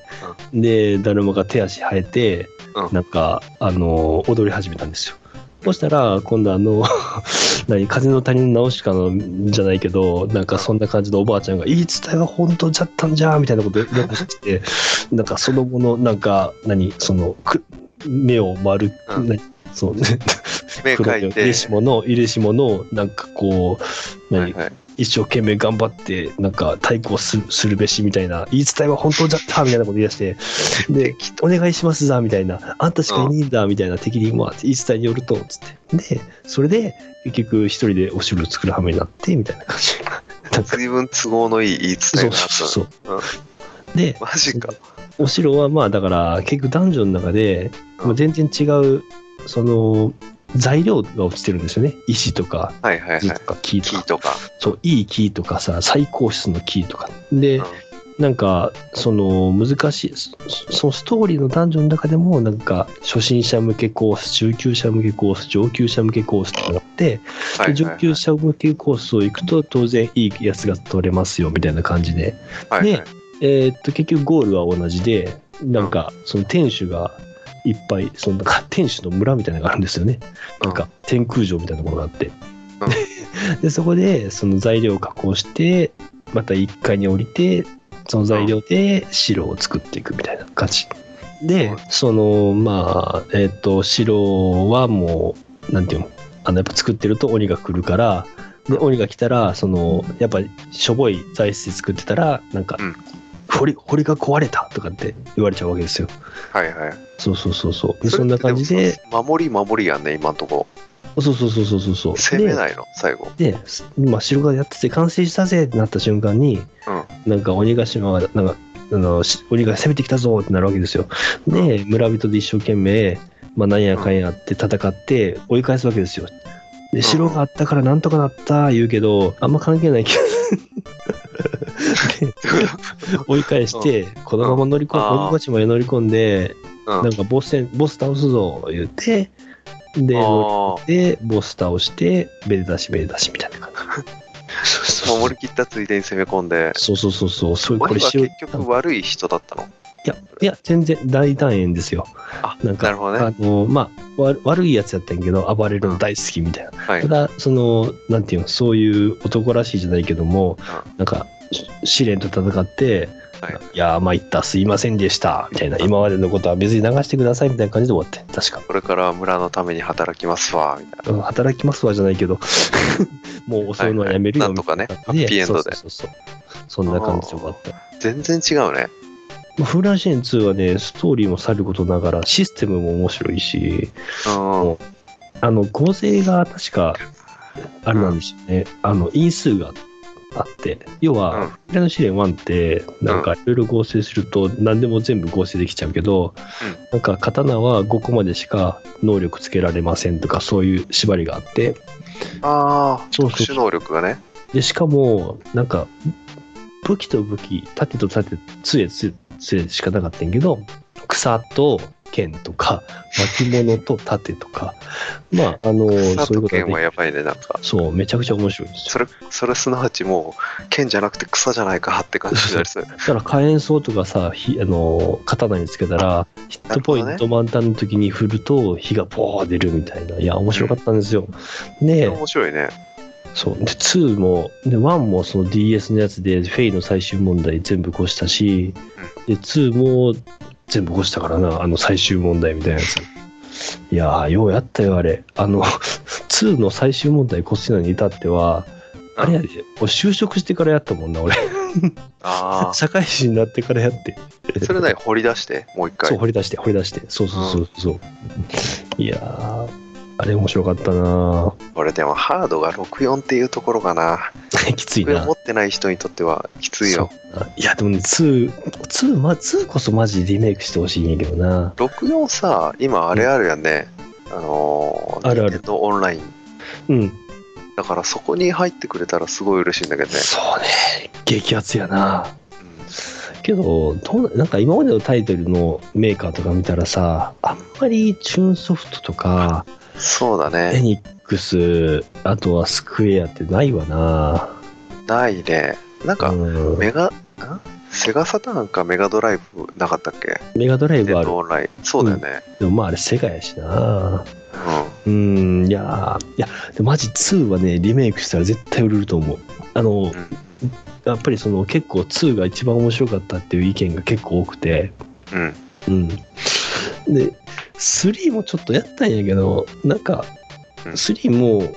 A: うん、で、だるまが手足生えて、うん、なんか、あのー、踊り始めたんですよ。 そしたら今度あの何風の谷のナウシカのじゃないけどなんかそんな感じのおばあちゃんが言い伝えは本当じゃったんじゃみたいなこと言ってなんかその後のなんか何そのく目を丸く、うん、そうね
B: 目描いて
A: 入れ霜の入れ霜のなんかこう何、はいはい、一生懸命頑張ってなんか対抗す る, するべしみたいな言い伝えは本当じゃったみたいなこと言い出してでお願いしますざみたいなあんたしかいないんだみたいな敵にまあ言い伝えによるとつってでそれで結局一人でお城を作る羽目になってみたいな感じ
B: 随分都合のいい言い伝えがあった。
A: そうそうそう、うん、で
B: マジか
A: お城はまあだから結局ダンジョンの中で、うん、全然違うその材料が落ちてるんですよね。石とか、
B: はいはいはい、
A: 木とか木とか、
B: 木とか
A: そういい木とかさ最高質の木とかで、うん、なんかその難しいそのストーリーのダンジョンの中でもなんか初心者向けコース中級者向けコース上級者向けコースとかあって、はいはいはい、上級者向けコースを行くと当然いいやつが取れますよみたいな感じで、はいはい、で、えー、っと結局ゴールは同じでなんかその天守がいっぱいそのなんか天守の村みたいなのがあるんですよね。なんか天空城みたいなところがあって、うん、でそこでその材料を加工してまたいっかいに降りてその材料で城を作っていくみたいな感じで、そのまあえっと城はもうなんていうのあのやっぱ作ってると鬼が来るからで鬼が来たらそのやっぱしょぼい材質で作ってたらなんか、うん堀, 堀が壊れたとかって言われちゃうわけですよ。
B: はいはい。
A: そうそうそうそうでそんな感じで
B: 守り守りやんね今んとこ。
A: そうそうそうそうそうそう
B: 攻めないの最後
A: で、まあ、城がやってて完成したぜってなった瞬間に、うん、なんか鬼ヶ島がなんかあの鬼が攻めてきたぞってなるわけですよ。で、うん、村人で一生懸命、まあ、なんやかんやって戦って追い返すわけですよ。で城があったからなんとかなった言うけどあんま関係ないけど追い返してこのまま乗り込ん鬼ヶ島へ乗り込んでなんかボス戦ボス倒すぞ言ってで乗ってボス倒してベル出しベル出しみたいな感
B: じ守り切ったついでに攻め込んで
A: そうそうそうそうそれ
B: これ結局悪い人だったの？
A: いやいや全然大団円ですよ。
B: あなんかなるほどね。
A: あのまあ悪いやつやったんやけど暴れるの大好きみたいな、うんはい、ただそのなんていうのそういう男らしいじゃないけども、うん、なんか試練と戦って、はい、いや参ったすいませんでしたみたいな今までのことは別に流してくださいみたいな感じで終わって確か
B: これから村のために働きますわみたいな
A: 働きますわじゃないけどもう襲うのはやめるよみたいな、
B: はいはい、なんとかねハッピーエンドで
A: そうそうそうそんな感じで終わった。
B: 全然違うね。
A: フーランシェンツーはねストーリーもさることながらシステムも面白いしあの合成が確かあれなんですよね、うん、あの因数があって要は、うん、フーランシェンワンってなんかいろいろ合成すると何でも全部合成できちゃうけど、うん、なんか刀はごこまでしか能力つけられませんとかそういう縛りがあって
B: ああ特殊能力がね
A: でしかもなんか武器と武器盾と盾杖杖杖しかなかったんやけど草と剣とか巻物と盾とかまああの
B: 草と剣はやばいねなんか
A: そうめちゃくちゃ面白いですよ。
B: それそれすなわちもう剣じゃなくて草じゃないかって感じになりそう。
A: だから火炎草とかさひあの刀につけたらヒットポイント満タンの時に振ると火がボー出るみたいないや面白かったんですよ。
B: うん、
A: ね
B: 面白いね。
A: そうでツーもでワンもその ディーエス のやつでフェイの最終問題全部越したし、うん、でツーも全部越したからなあの最終問題みたいなやついやーようやったよあれあのツーの最終問題越すのに至ってはあれやで就職してからやったもんな俺あ社会人になってからやって
B: それなり掘り出してもう一回
A: そう掘り出して掘り出してそうそうそうそう、うん、いやーあれ面白かったな。
B: 俺でもハードがろくじゅうよんっていうところかな
A: きついな。
B: 持ってない人にとってはきついよ。
A: いやでもねツー、ツー、ま、ツーこそマジでリメイクしてほしいんやけどな。
B: ろくじゅうよんさ今あれあるやんね、うん、あのー、
A: あるある
B: オンライン
A: うん
B: だからそこに入ってくれたらすごい嬉しいんだけどね。
A: そうね激アツやな、うん、けどどうなんか今までのタイトルのメーカーとか見たらさあんまりチューンソフトとか
B: そうだね。
A: エニックス、あとはスクエアってないわな。
B: ないね。なんか、うん、メガ、んセガサターンかメガドライブなかったっけ？
A: メガドライブある。
B: オンライン。そうだよね、
A: うん。でもまああれセガやしな。
B: う
A: うん、いやいやでマジツーはねリメイクしたら絶対売れると思う。あの、うん、やっぱりその結構ツーが一番面白かったっていう意見が結構多くて、うん、うん、でスリーもちょっとやったんやけどなんかスリーも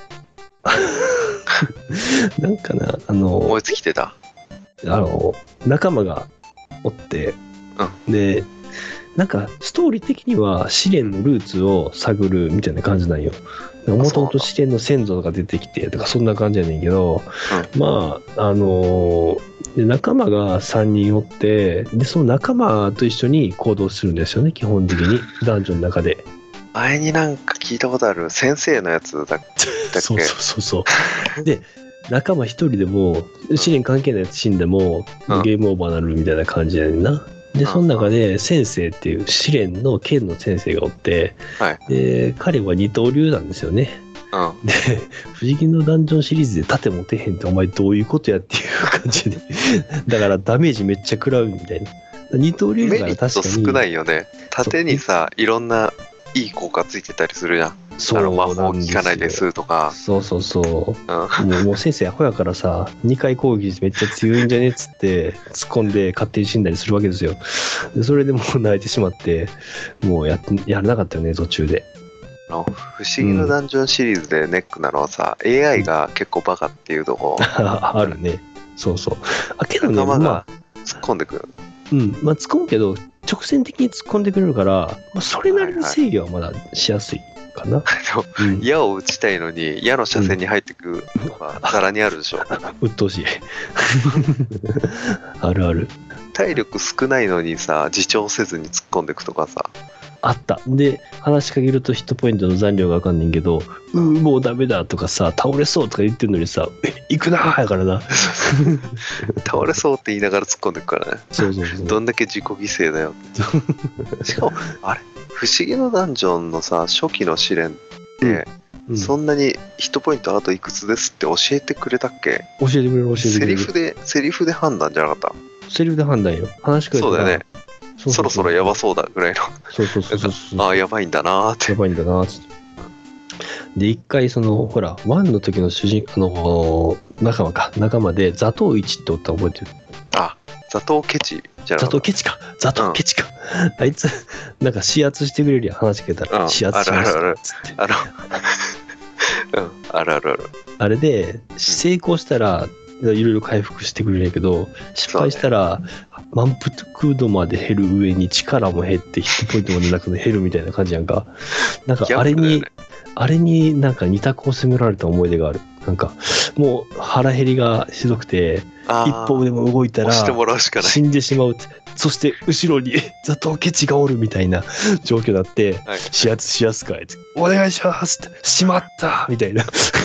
A: なんかなあの
B: 思いつきてた
A: あの仲間がおって、うん、でなんかストーリー的には試練のルーツを探るみたいな感じなんよ。もともと試練の先祖が出てきてとかそんな感じやねんけど、うん、まああのー、仲間がさんにんおってでその仲間と一緒に行動するんですよね基本的にダンジョンの中で。
B: 前になんか聞いたことある先生のやつだっけ
A: そうそうそうそうで仲間一人でも試練関係ないやつ死んでも、うん、ゲームオーバーになるみたいな感じやねんな。でその中で先生っていう試練の剣の先生がおって、はい、で彼は二刀流なんですよね、うん、で不思議のダンジョンシリーズで盾持てへんってお前どういうことやっていう感じでだからダメージめっちゃ食らうみたいな。二刀流だから確かに
B: メリット少ないよね。盾にさいろんないい効果ついてたりするじゃん。そうあの魔法効かないですとか。
A: そうそうそう、うん、もうもう先生アホやからさにかい攻撃めっちゃ強いんじゃねっつって突っ込んで勝手に死んだりするわけですよ。でそれでもう慣れてしまってもう や, やらなかったよね途中で。
B: あの不思議のダンジョンシリーズでネックなのはさ、うん、エーアイ が結構バカっていうとこ
A: あるね。そうそうあけどね
B: 仲間が突っ込んでくる、
A: まあ、うんまあ突っ込むけど直線的に突っ込んでくれるから、まあ、それなりに制御はまだしやすいかな。
B: はいはい、うん、矢を打ちたいのに矢の車線に入ってくるのがざらにあるでしょ。
A: うっとうしいあるある。
B: 体力少ないのにさ自重せずに突っ込んでいくとかさ
A: あった。で話しかけるとヒットポイントの残量が分かんねんけどうーもうダメだとかさ倒れそうとか言ってんのにさえ行くなーやからな
B: 倒れそうって言いながら突っ込んでいくからね。そうそうそうどんだけ自己犠牲だよしかもあれ不思議のダンジョンのさ初期の試練って、うんうん、そんなにヒットポイントあといくつですって教えてくれたっけ。
A: 教えてくれる教えてくれる。セリ
B: フでセリフで判断じゃなかった。
A: セリフで判断よ。話しかけたら
B: そうだよね。そうそうそうそろそろやばそうだぐらいの
A: そうそうそうそうそう
B: ああやばいんだなーって
A: やばいんだなーってで一回そのほらワンの時の主人あの仲間か仲間でザトウイチっておった覚えてる。
B: あザトウケチじゃな
A: ザトウケチかザトウケチか、うん、あいつなんか視圧してくれるやん話しかけたら、うん、視圧しますっつって
B: あるあるあるあるあるある
A: あれで成功したらいろいろ回復してくれるんやけど失敗したら、ね、満腹度まで減る上に力も減ってヒットポイントまでなく減るみたいな感じやんか。なんかあれに、ね、あれになんか二択を責められた思い出がある。なんかもう腹減りがひどくて一歩でも動いたら死んでしまう。そして後ろにザトウケチがおるみたいな状況になって、はい、視圧しやすかいお願いしますってしまったみたいな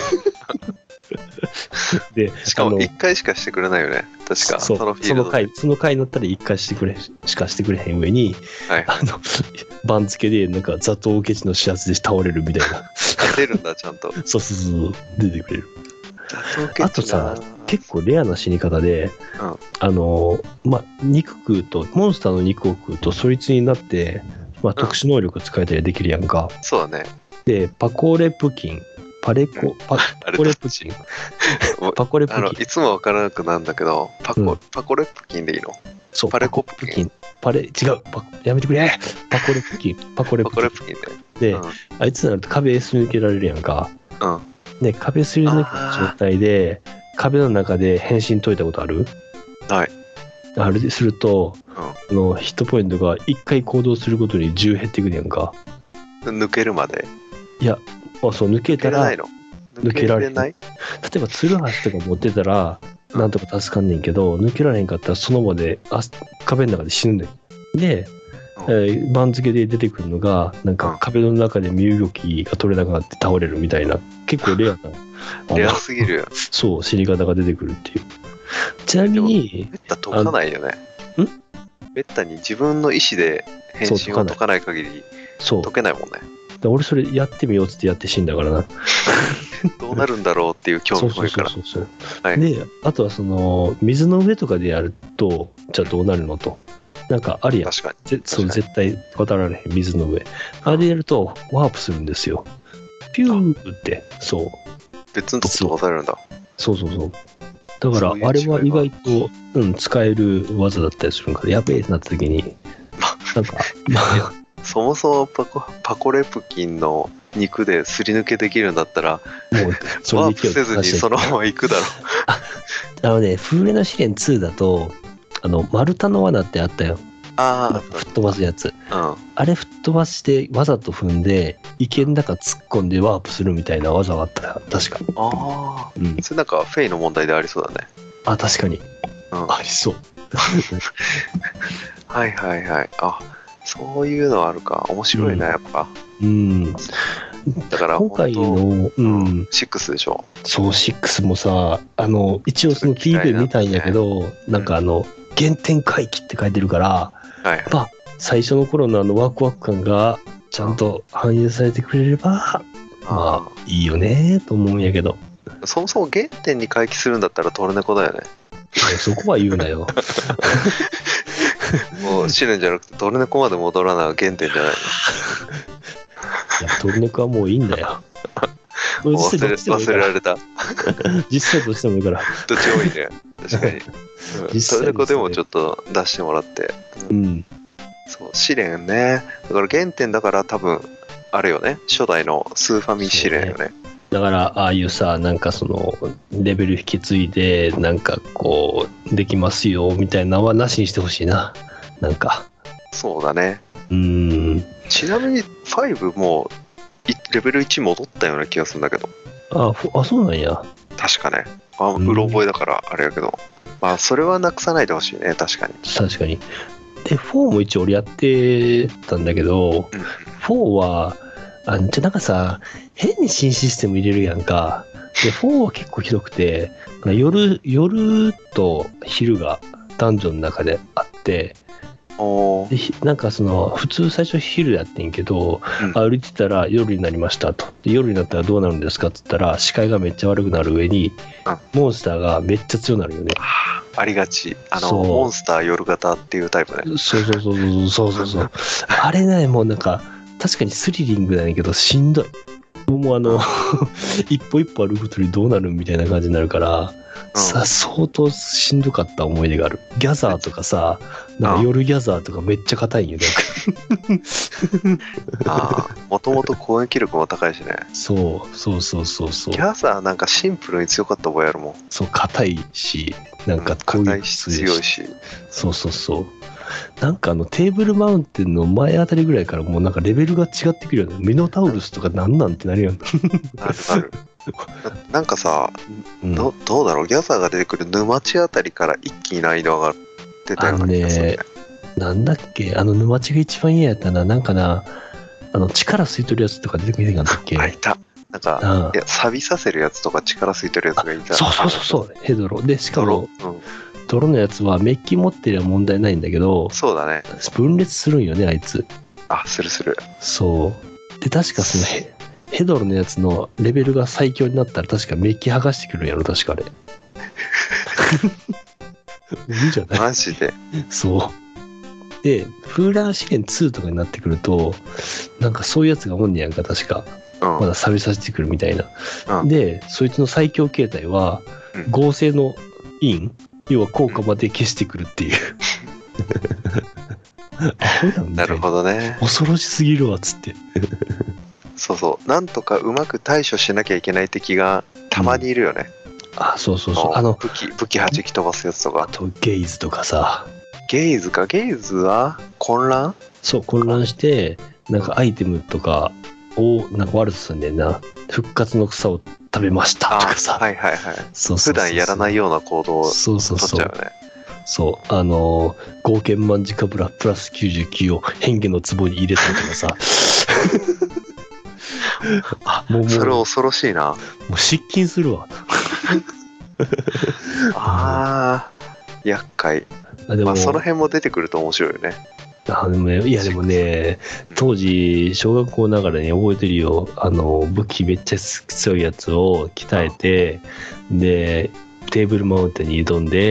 B: でしかもいっかいしかしてくれないよね確か。
A: そのフィールドその回その回になったらいっかいしてくれしかしてくれへん上に、はい、あの番付でなんかザトウケチの視圧で倒れるみたいな
B: 出るんだちゃんと
A: そうそうそう出てくれる。あとさ結構レアな死に方で、うん、あのまあ肉食うとモンスターの肉を食うとそいつになって、まあ、特殊能力使えたりできるやんか、
B: うん、そうだね。
A: でパコレプキンパレコ、パ、パコレプキンパコレプキンあの
B: いつもわからなくなるんだけどパコ、うん、パコレプキンでいいの。
A: そうパレコプキンパレ違うパやめてくれパコレプキンパコレプキン パコレプキンで、で、うん、あいつになると壁すり抜けられるやんか、うん、で壁すり抜けた状態で壁の中で変身解いたことある？
B: はい。
A: あれですると、うん、あのヒットポイントがいっかい行動するごとにじゅう減っていくやんか。
B: 抜けるまで？
A: いやあそう抜けたら
B: 抜け, 抜けられない。
A: 例えばツルハシとか持ってたらなんとか助かんねんけど、うん、抜けられへんかったらその場であ壁の中で死ぬねん。で、うんえー、番付で出てくるのがなんか壁の中で身動きが取れなくなって倒れるみたいな結構レアな
B: レアすぎるよ。
A: そう死に方が出てくるっていう。ちなみに
B: めった解かないよね。んめったに自分の意思で変身を解かない限り解けないもんね。
A: 俺それやってみようっつってやって死んだからな
B: どうなるんだろうっていう興味も多いから。
A: そうそうそうそう、はい、であとはその水の上とかでやるとじゃあどうなるのとなんかあるやん。
B: 確かに
A: そう絶対渡られへん水の上あれでやるとワープするんですよ。 ピューって、そう。
B: 別のとこ飛ばされるんだ。
A: そうそうそう。だから、あれは意外と、うん、使える技だったりするから、やべえってなった時に、なんか、まあ、
B: そもそもパコ、パコレプキンの肉ですり抜けできるんだったら、もうそれワープせずにそのまま行くだろう。
A: あ、あのね、風鈴の試練ツーだと、あの、丸太の罠ってあったよ。
B: ああ、
A: 吹っ飛ばすやつ、
B: うん、
A: あれ吹っ飛ばしてわざと踏んで池の中突っ込んでワープするみたいな技があったら確か。
B: ああ、うん、それなんかフェイの問題でありそうだね。
A: あ、確かに、うん、ありそう
B: はいはいはい。あ、そういうのあるか。面白いな、やっぱ。
A: うん、
B: だから
A: 今回の、うん、
B: シックスでしょ。
A: そう、シックスもさ、あの一応その ピーブイ 見たんやけど、ね、なんかあの、うん、原点回帰って書いてるから、はい、まあ最初の頃のあのワクワク感がちゃんと反映されてくれれば、うん、まあいいよねと思うんやけど、
B: そもそも原点に回帰するんだったらトルネコだよね。
A: そこは言うなよ。
B: もう試練じゃなくてトルネコまで戻らない原点じゃないの。い
A: や、トルネコはもういいんだよ。
B: 忘れ、忘れられた。
A: 実際どっちでもいいから。
B: どっちもいいね。確かに。トルネコでもちょっと出してもらって。
A: うん。うん、
B: そう、試練ね。だから原点だから多分、あれよね。初代のスーファミ試練よね。
A: だからああいうさ、なんかそのレベル引き継いでなんかこうできますよみたいなのはなしにしてほしいな。なんか
B: そうだね。
A: うーん。
B: ちなみにごもレベルいち戻ったような気がするんだけど。
A: ああ、そうなんや。
B: 確かね。あ、うろ覚えだからあれやけど、まあそれはなくさないでほしいね。確かに。
A: 確かに。でよんも一応俺やってたんだけど、うん、よんはあじゃなんかさ、変に新システム入れるやんか。で、よんは結構ひどくて、夜、夜と昼がダンジョンの中であって、でなんかその、普通最初昼やってんけど、うん、歩いてたら夜になりましたと。で、夜になったらどうなるんですかって言ったら、視界がめっちゃ悪くなる上に、うん、モンスターがめっちゃ強くなるよね。
B: ありがち。あの、モンスター夜型っていうタイプね。
A: そうそうそうそうそうそうそう。あれね、もうなんか、確かにスリリングなんやけどしんどい。もうあの一歩一歩歩くとにどうなるみたいな感じになるから、うん、さ相当しんどかった思い出がある。ギャザーとかさ、なんか夜ギャザーとかめっちゃ硬いんよね。
B: ああ、もともと攻撃力も高いしね。
A: そうそうそうそうそう。
B: ギャザーなんかシンプルに強かった覚えあるもん。
A: そう硬いし、なんか
B: 攻撃強いし。
A: そうそうそう。なんかあのテーブルマウンテンの前あたりぐらいからもうなんかレベルが違ってくるよね。ミノタウルスとかなんなんってなるやん。
B: あるある。なんかさ、うん、ど, どうだろう、ギャザーが出てくる沼地あたりから一気に難易度上がってたような気がするね。
A: なんだっけ、あの沼地が一番嫌やったな。なんかな、あの力吸い取るやつとか出てくるやんだっけ。
B: あ、いた。なんか、いや、錆びさせるやつとか力吸い取るやつがいた。
A: そうそうそうそう、ヘドロ。で、しかも、泥のやつはメッキ持ってりゃ問題ないんだけど、
B: そうだね。
A: 分裂するんよね、あいつ。
B: あ、するする。
A: そう。で、確かそのヘ、ヘドロのやつのレベルが最強になったら確かメッキ剥がしてくるんやろ、確かあれ。いいじゃない？
B: マジで。
A: そう。で、フーラー試練ツーとかになってくると、なんかそういうやつがおんねやんか、確か。うん、まだ錆びさせてくるみたいな。うん、で、そいつの最強形態は、合成のイン、要は効果まで消してくるっていう。
B: なるほどね。
A: 恐ろしすぎるわっつって。
B: そうそう。なんとかうまく対処しなきゃいけない敵がたまにいるよね。
A: うん、あ、そうそうそう。あの
B: 武器武器弾き飛ばすやつとか。
A: あとゲイズとかさ。
B: ゲイズか。ゲイズは混乱？
A: そう、混乱してなんかアイテムとかをなんか悪くするんだよな。復活の草を食べましたとかさ。
B: はいはいはい。そうそうそうそう。普段やらないような行動を取っちゃうよね。そうそうそう。
A: そう、あのー、合剣マンジカブラプラスきゅうじゅうきゅうを変化の壺に入れたとかさ。
B: あ、もうもうそれ恐ろしいな。
A: もう失禁するわ。
B: ああ、厄介。あ、でも、まあ、その辺も出てくると面白いよね。
A: あでもね、いやでもね、当時小学校ながらに覚えてるよ。あの武器めっちゃ強いやつを鍛えて、でテーブルマウンテンに挑んで、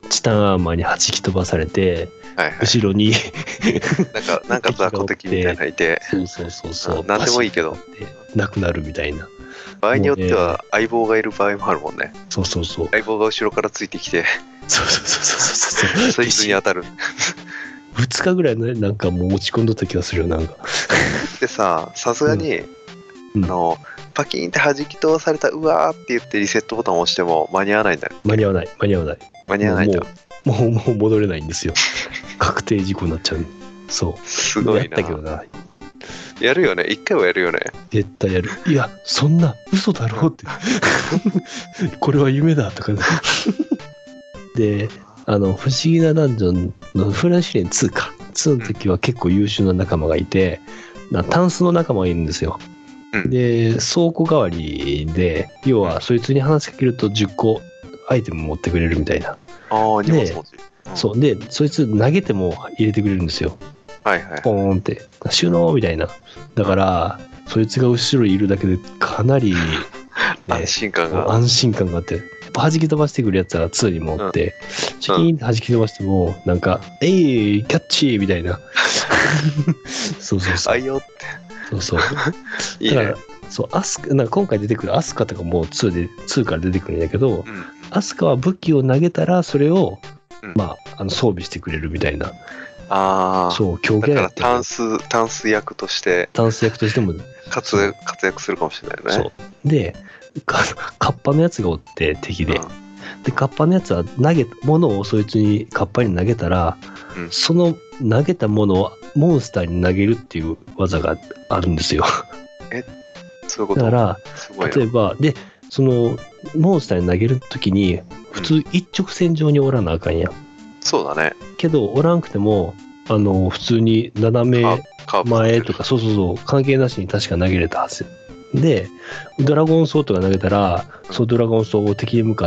A: チタンアーマーに弾き飛ばされて、はいはい、後ろに
B: なんかなんか雑魚敵みたいなのいて、
A: そうそうそうそう、
B: なんでもいいけど
A: なくなるみたいな。
B: 場合によっては相棒がいる場合もあるもんね。
A: そうそうそう。
B: 相棒が後ろからついてきて、
A: そうそうそうそうそう。
B: そいつに当たる。
A: ふつかぐらいね、なんかもう落ち込んどった気がするよ、なんか。
B: でさ、さすがに、うん、あのパキーンって弾き飛ばされた、うわーって言ってリセットボタンを押しても間に合わないんだよ。
A: 間に合わない、間に合わない。
B: 間に合わないんだよ。
A: もう、もう、もう戻れないんですよ。確定事故になっちゃう。そう。
B: すごいな。
A: やったけどな。
B: やるよね。一回はやるよね。
A: 絶対やる。いや、そんな嘘だろうって。これは夢だとか、ね。で、あの、不思議なダンジョンのフラッシュレンツーか。ツーの時は結構優秀な仲間がいて、タンスの仲間がいるんですよ。うん、で、倉庫代わりで、要はそいつに話しかけるとじゅっこアイテム持ってくれるみたいな。
B: ああ、荷物持ち。
A: そう。で、そいつ投げても入れてくれるんですよ。
B: はいはい。
A: ポーンって。収納みたいな。だから、そいつが後ろにいるだけでかなり、ね、
B: 安心感が。
A: 安心感があって。弾き飛ばしてくるやつはツーにもおって、うん、チキーンって弾き飛ばしても、なんか、えい、キャッチーみたいな。そうそうそう。
B: あいよって。
A: そうそう。
B: いいね。
A: だから、そう、アスカ、なんか今回出てくるアスカとかもツーで、ツーから出てくるんだけど、うん、アスカは武器を投げたら、それを、うん、まあ、あの装備してくれるみたいな。
B: ああ。
A: そう、強キャラって。
B: タンス、タンス役として。
A: タンス役としても
B: 活躍、活躍するかもしれないよね。そう。
A: で、カッパのやつがおって敵で、うん、でカッパのやつは投げものをそいつにカッパに投げたら、うん、その投げたものをモンスターに投げるっていう技があるんですよ。
B: え、そういうこと？
A: だから例えばでそのモンスターに投げるときに普通一直線上におらなあかんやん。
B: そうだね。
A: けどおらんくてもあの普通に斜め前とかそうそうそう関係なしに確か投げれたはず。で、ドラゴンソードが投げたら、そうドラゴンソードを敵に向かって、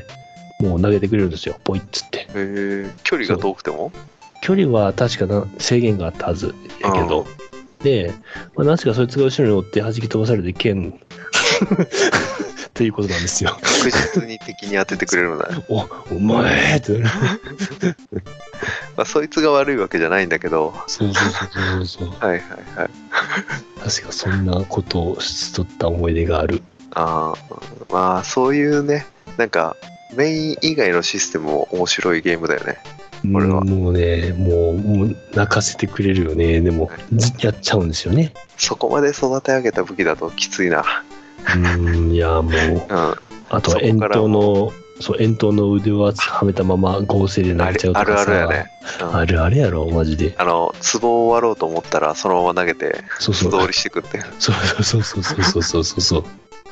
A: もう投げてくれるんですよ、ポイッつって。へ
B: え、距離が遠くても？
A: 距離は確かな制限があったはずやけど、で、まあ、なぜかそいつが後ろに追って弾き飛ばされて剣っていうことなんですよ。
B: 確実に敵に当ててくれるんだ。
A: お、お前って。
B: まあ、そいつが悪いわけじゃないんだけど。
A: そうそうそうそうそう。
B: はいはいはい。
A: 確かそんなことをしとった思い出がある。
B: ああ、まあそういうね、なんかメイン以外のシステムも面白いゲームだよね。
A: これはもうね、もう、もう泣かせてくれるよね。でも、やっちゃうんですよね。
B: そこまで育て上げた武器だときついな。
A: うん、いやもう、うん、あとは遠投の、そう遠投の腕輪はめたまま合成で投げちゃうとかさ。
B: あるあるやね。
A: うん、あるあるやろ、マジで。
B: あの、壺を割ろうと思ったら、そのまま投げて、
A: そうそう
B: 素通りしてくって。
A: そうそうそうそうそうそうそうそう。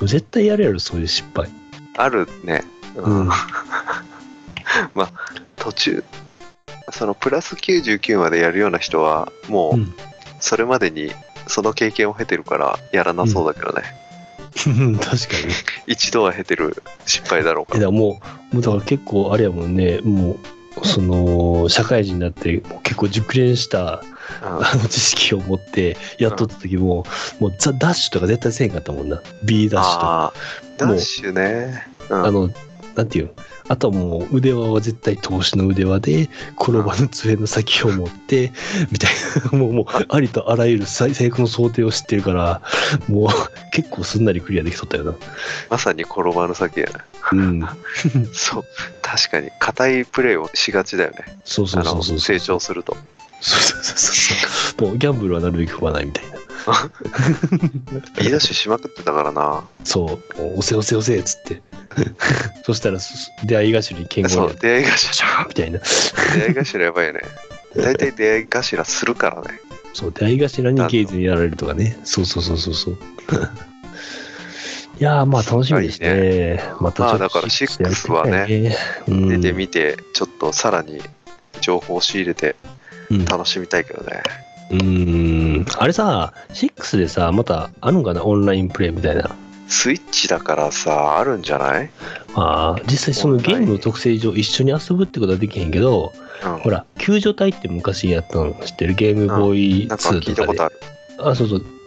A: 絶対やるやろ、そういう失敗。
B: あるね。うん。うん、まあ、途中、そのプラスきゅうじゅうきゅうまでやるような人は、もう、それまでにその経験を経てるから、やらなそうだけどね。
A: うん、確かに。
B: 一度は経てる失敗だろうから。
A: だもう、もうだから結構あれやもんね、もう、その、社会人になって結構熟練した、うん、あの知識を持ってやっとった時も、うん、もうザ・ダッシュとか絶対せんかったもんな。B ダッシュとか。
B: ダッシュね。
A: うん、あの、なんていうあとはもう腕輪は絶対投資の腕輪で転ばぬ杖の先を持ってみたいなもうもうありとあらゆる最悪の想定を知ってるからもう結構すんなりクリアできとったよな。
B: まさに転ばぬ先やな。
A: うん
B: そう確かに硬いプレーをしがちだよね。
A: そうそうそうそう
B: 成長すると。
A: そうそうそうそうもうギャンブルはなるべく踏まないみたいな。
B: 言い出ししまくってたからな。
A: そう押せ押せ押せっつってそしたら出会い頭に剣豪
B: に出会い頭
A: みたいな
B: 出会い頭やばいよね。大体出会い頭するからね。
A: そう出会い頭にゲイズにやられるとかね。そうそうそうそうそういやーまあ楽しみですね。ね
B: またちょっとまあだからろくはね、うん、出てみてちょっとさらに情報を仕入れて楽しみたいけどね。
A: うん、うーんあれさろくでさまたあるんかなオンラインプレイみたいな。
B: スイッチだからさあるんじゃない？
A: まあ実際そのゲームの特性上一緒に遊ぶってことはできへんけど、うん、ほら救助隊って昔やったの知ってる？ゲームボーイツーとかで、うん、なんか聞いたことある。あそうそうゲ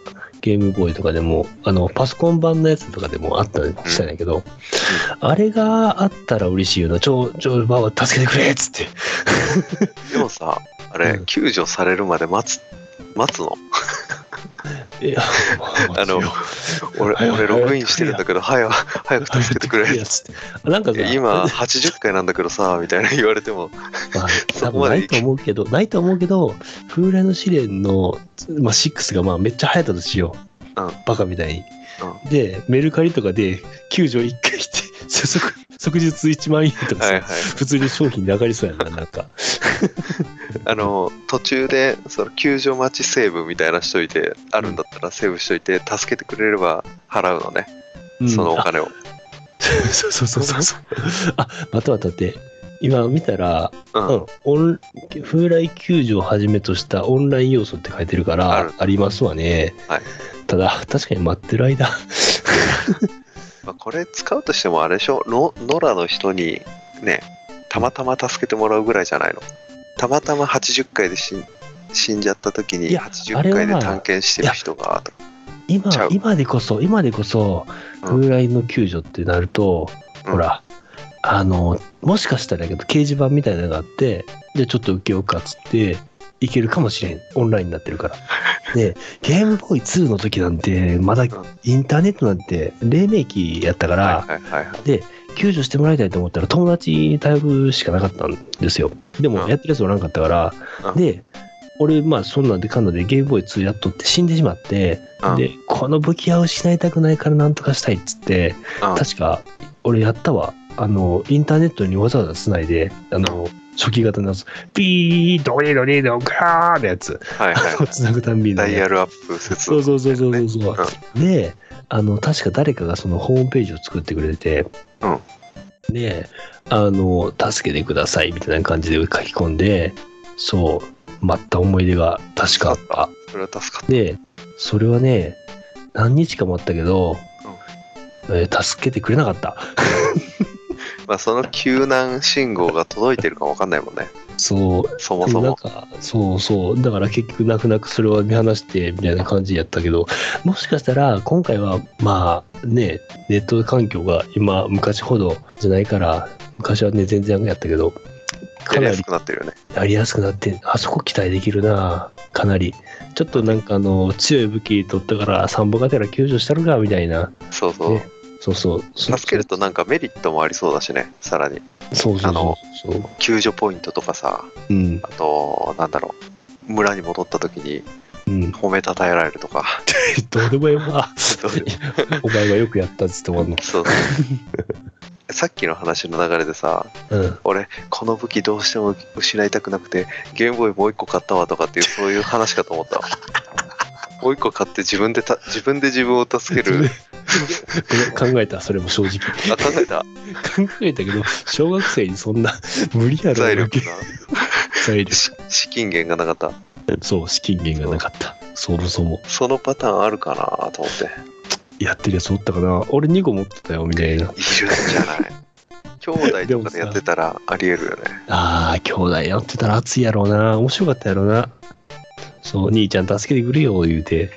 A: ゲームボーイとかでも、あの、パソコン版のやつとかでもあったりしたんやけど、うん、あれがあったら嬉しいよな。ちょ、ちょ、ババ助けてくれっつって。
B: でもさ、あれ、うん、救助されるまで待つ、待つの
A: いや、
B: あの、俺、俺ログインしてるんだけど、早く、早く助けてくれ。なんか今、はちじゅっかいなんだけどさ、みたいな言われても。
A: まあ、多分ないと思うけど、ないと思うけど、風来の試練の、まあ、シックスがまあめっちゃ流行ったとしよう。うん、バカみたいに。うん、で、メルカリとかで救助いっかいして、即、即日いちまんえんとかさ、はいはい、普通に商品に上がりそうやな、なんか。
B: あの途中でその救助待ちセーブみたいなしといてあるんだったらセーブしといて助けてくれれば払うのね、うん、そのお金を。
A: そうそうそうそうそう。あ、待って待って今見たら、うん、オン風来救助をはじめとしたオンライン要素って書いてるから あ, ありますわね、はい、ただ確かに待ってる間
B: まあこれ使うとしてもあれでしょ、の野良の人にねたまたま助けてもらうぐらいじゃないの。たまたまはちじゅっかいで死 ん, 死んじゃった時にはちじゅっかいで探検してる人がと
A: 今今でこそ今でこそ風来の救助ってなると、うん、ほらあのもしかしたらだけど掲示板みたいなのがあってじゃあちょっと受けようかっつっていけるかもしれん、オンラインになってるから。でゲームボーイツーの時なんてまだインターネットなんて黎明期やったから、はいはいはいはい、で救助してもらいたいと思ったら友達に頼るしかなかったんですよ。でもやってるやつおらんかったから、うん、で俺まあそんなんでかんなんでゲームボーイツーやっとって死んでしまって、うん、でこの武器は失いたくないからなんとかしたいっつって、うん、確か俺やったわ。あのインターネットにわざわざつないであの初期型のやつピードリドリドカーのやつ、はいはいはい、つなぐたんびに、ね、
B: ダイヤルアップ接
A: 続、ね、そうそうそうそうそう、うん、であの確か誰かがそのホームページを作ってくれて、うん、であの助けてくださいみたいな感じで書き込んでそう待った思い出が確かあった。
B: それは助かった。
A: でそれはね何日か待ったけど、うんえー、助けてくれなかった
B: まあその救難信号が届いてるか分かんないもんね。
A: そう
B: そもそも
A: なんかそうそうだから結局泣く泣くそれを見放してみたいな感じやったけど、もしかしたら今回はまあねネット環境が今昔ほどじゃないから昔はね全然やったけど
B: かなりやりやすくなってるよね。
A: やりやすくなってあそこ期待できるなかなり。ちょっとなんかあの強い武器取ったからサンボがてら救助したるかみたいな。
B: そうそう、ね、
A: そうそう
B: 助けるとなんかメリットもありそうだしね、さらに。
A: そうそうそうそう、あの
B: 救助ポイントとかさ、うん、あとなんだろう村に戻った時に褒めたたえられるとか、
A: うん、どうでもええわお前がよくやったっつって終わんの。そうそう
B: さっきの話の流れでさ、うん、俺この武器どうしても失いたくなくてゲームボーイもう一個買ったわとかっていうそういう話かと思ったわもう一個買って自分でた自分で自分を助ける
A: 考えた。それも正直
B: あ考えた
A: 考えたけど小学生にそんな無理やろ。
B: 財力な
A: 財力
B: 資金源がなかった。
A: そう資金源がなかった。そもそも
B: そのパターンあるかなと思って
A: やってるやつおったかな。俺にこ持ってたよみたいな。いるん
B: じゃない兄弟とかでやってたらありえるよね。
A: ああ兄弟やってたら熱いやろうな。面白かったやろうな。そう兄ちゃん助けてくれよ言うて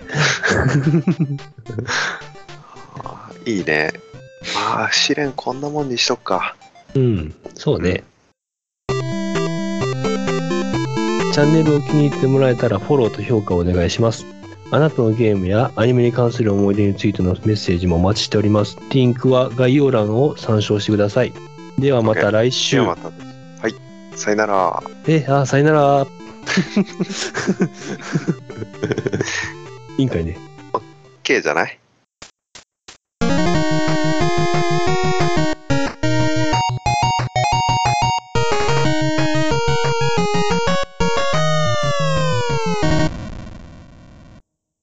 B: いいね。ああ試練こんなもんにしとくか。
A: うんそうね、うん、チャンネルを気に入ってもらえたらフォローと評価をお願いします。あなたのゲームやアニメに関する思い出についてのメッセージもお待ちしております。リンクは概要欄を参照してくだささい。ではまた来週。
B: ではまた。はい。さよなら。
A: え、あ、さよなら。いいんかいね。
B: OK じゃない？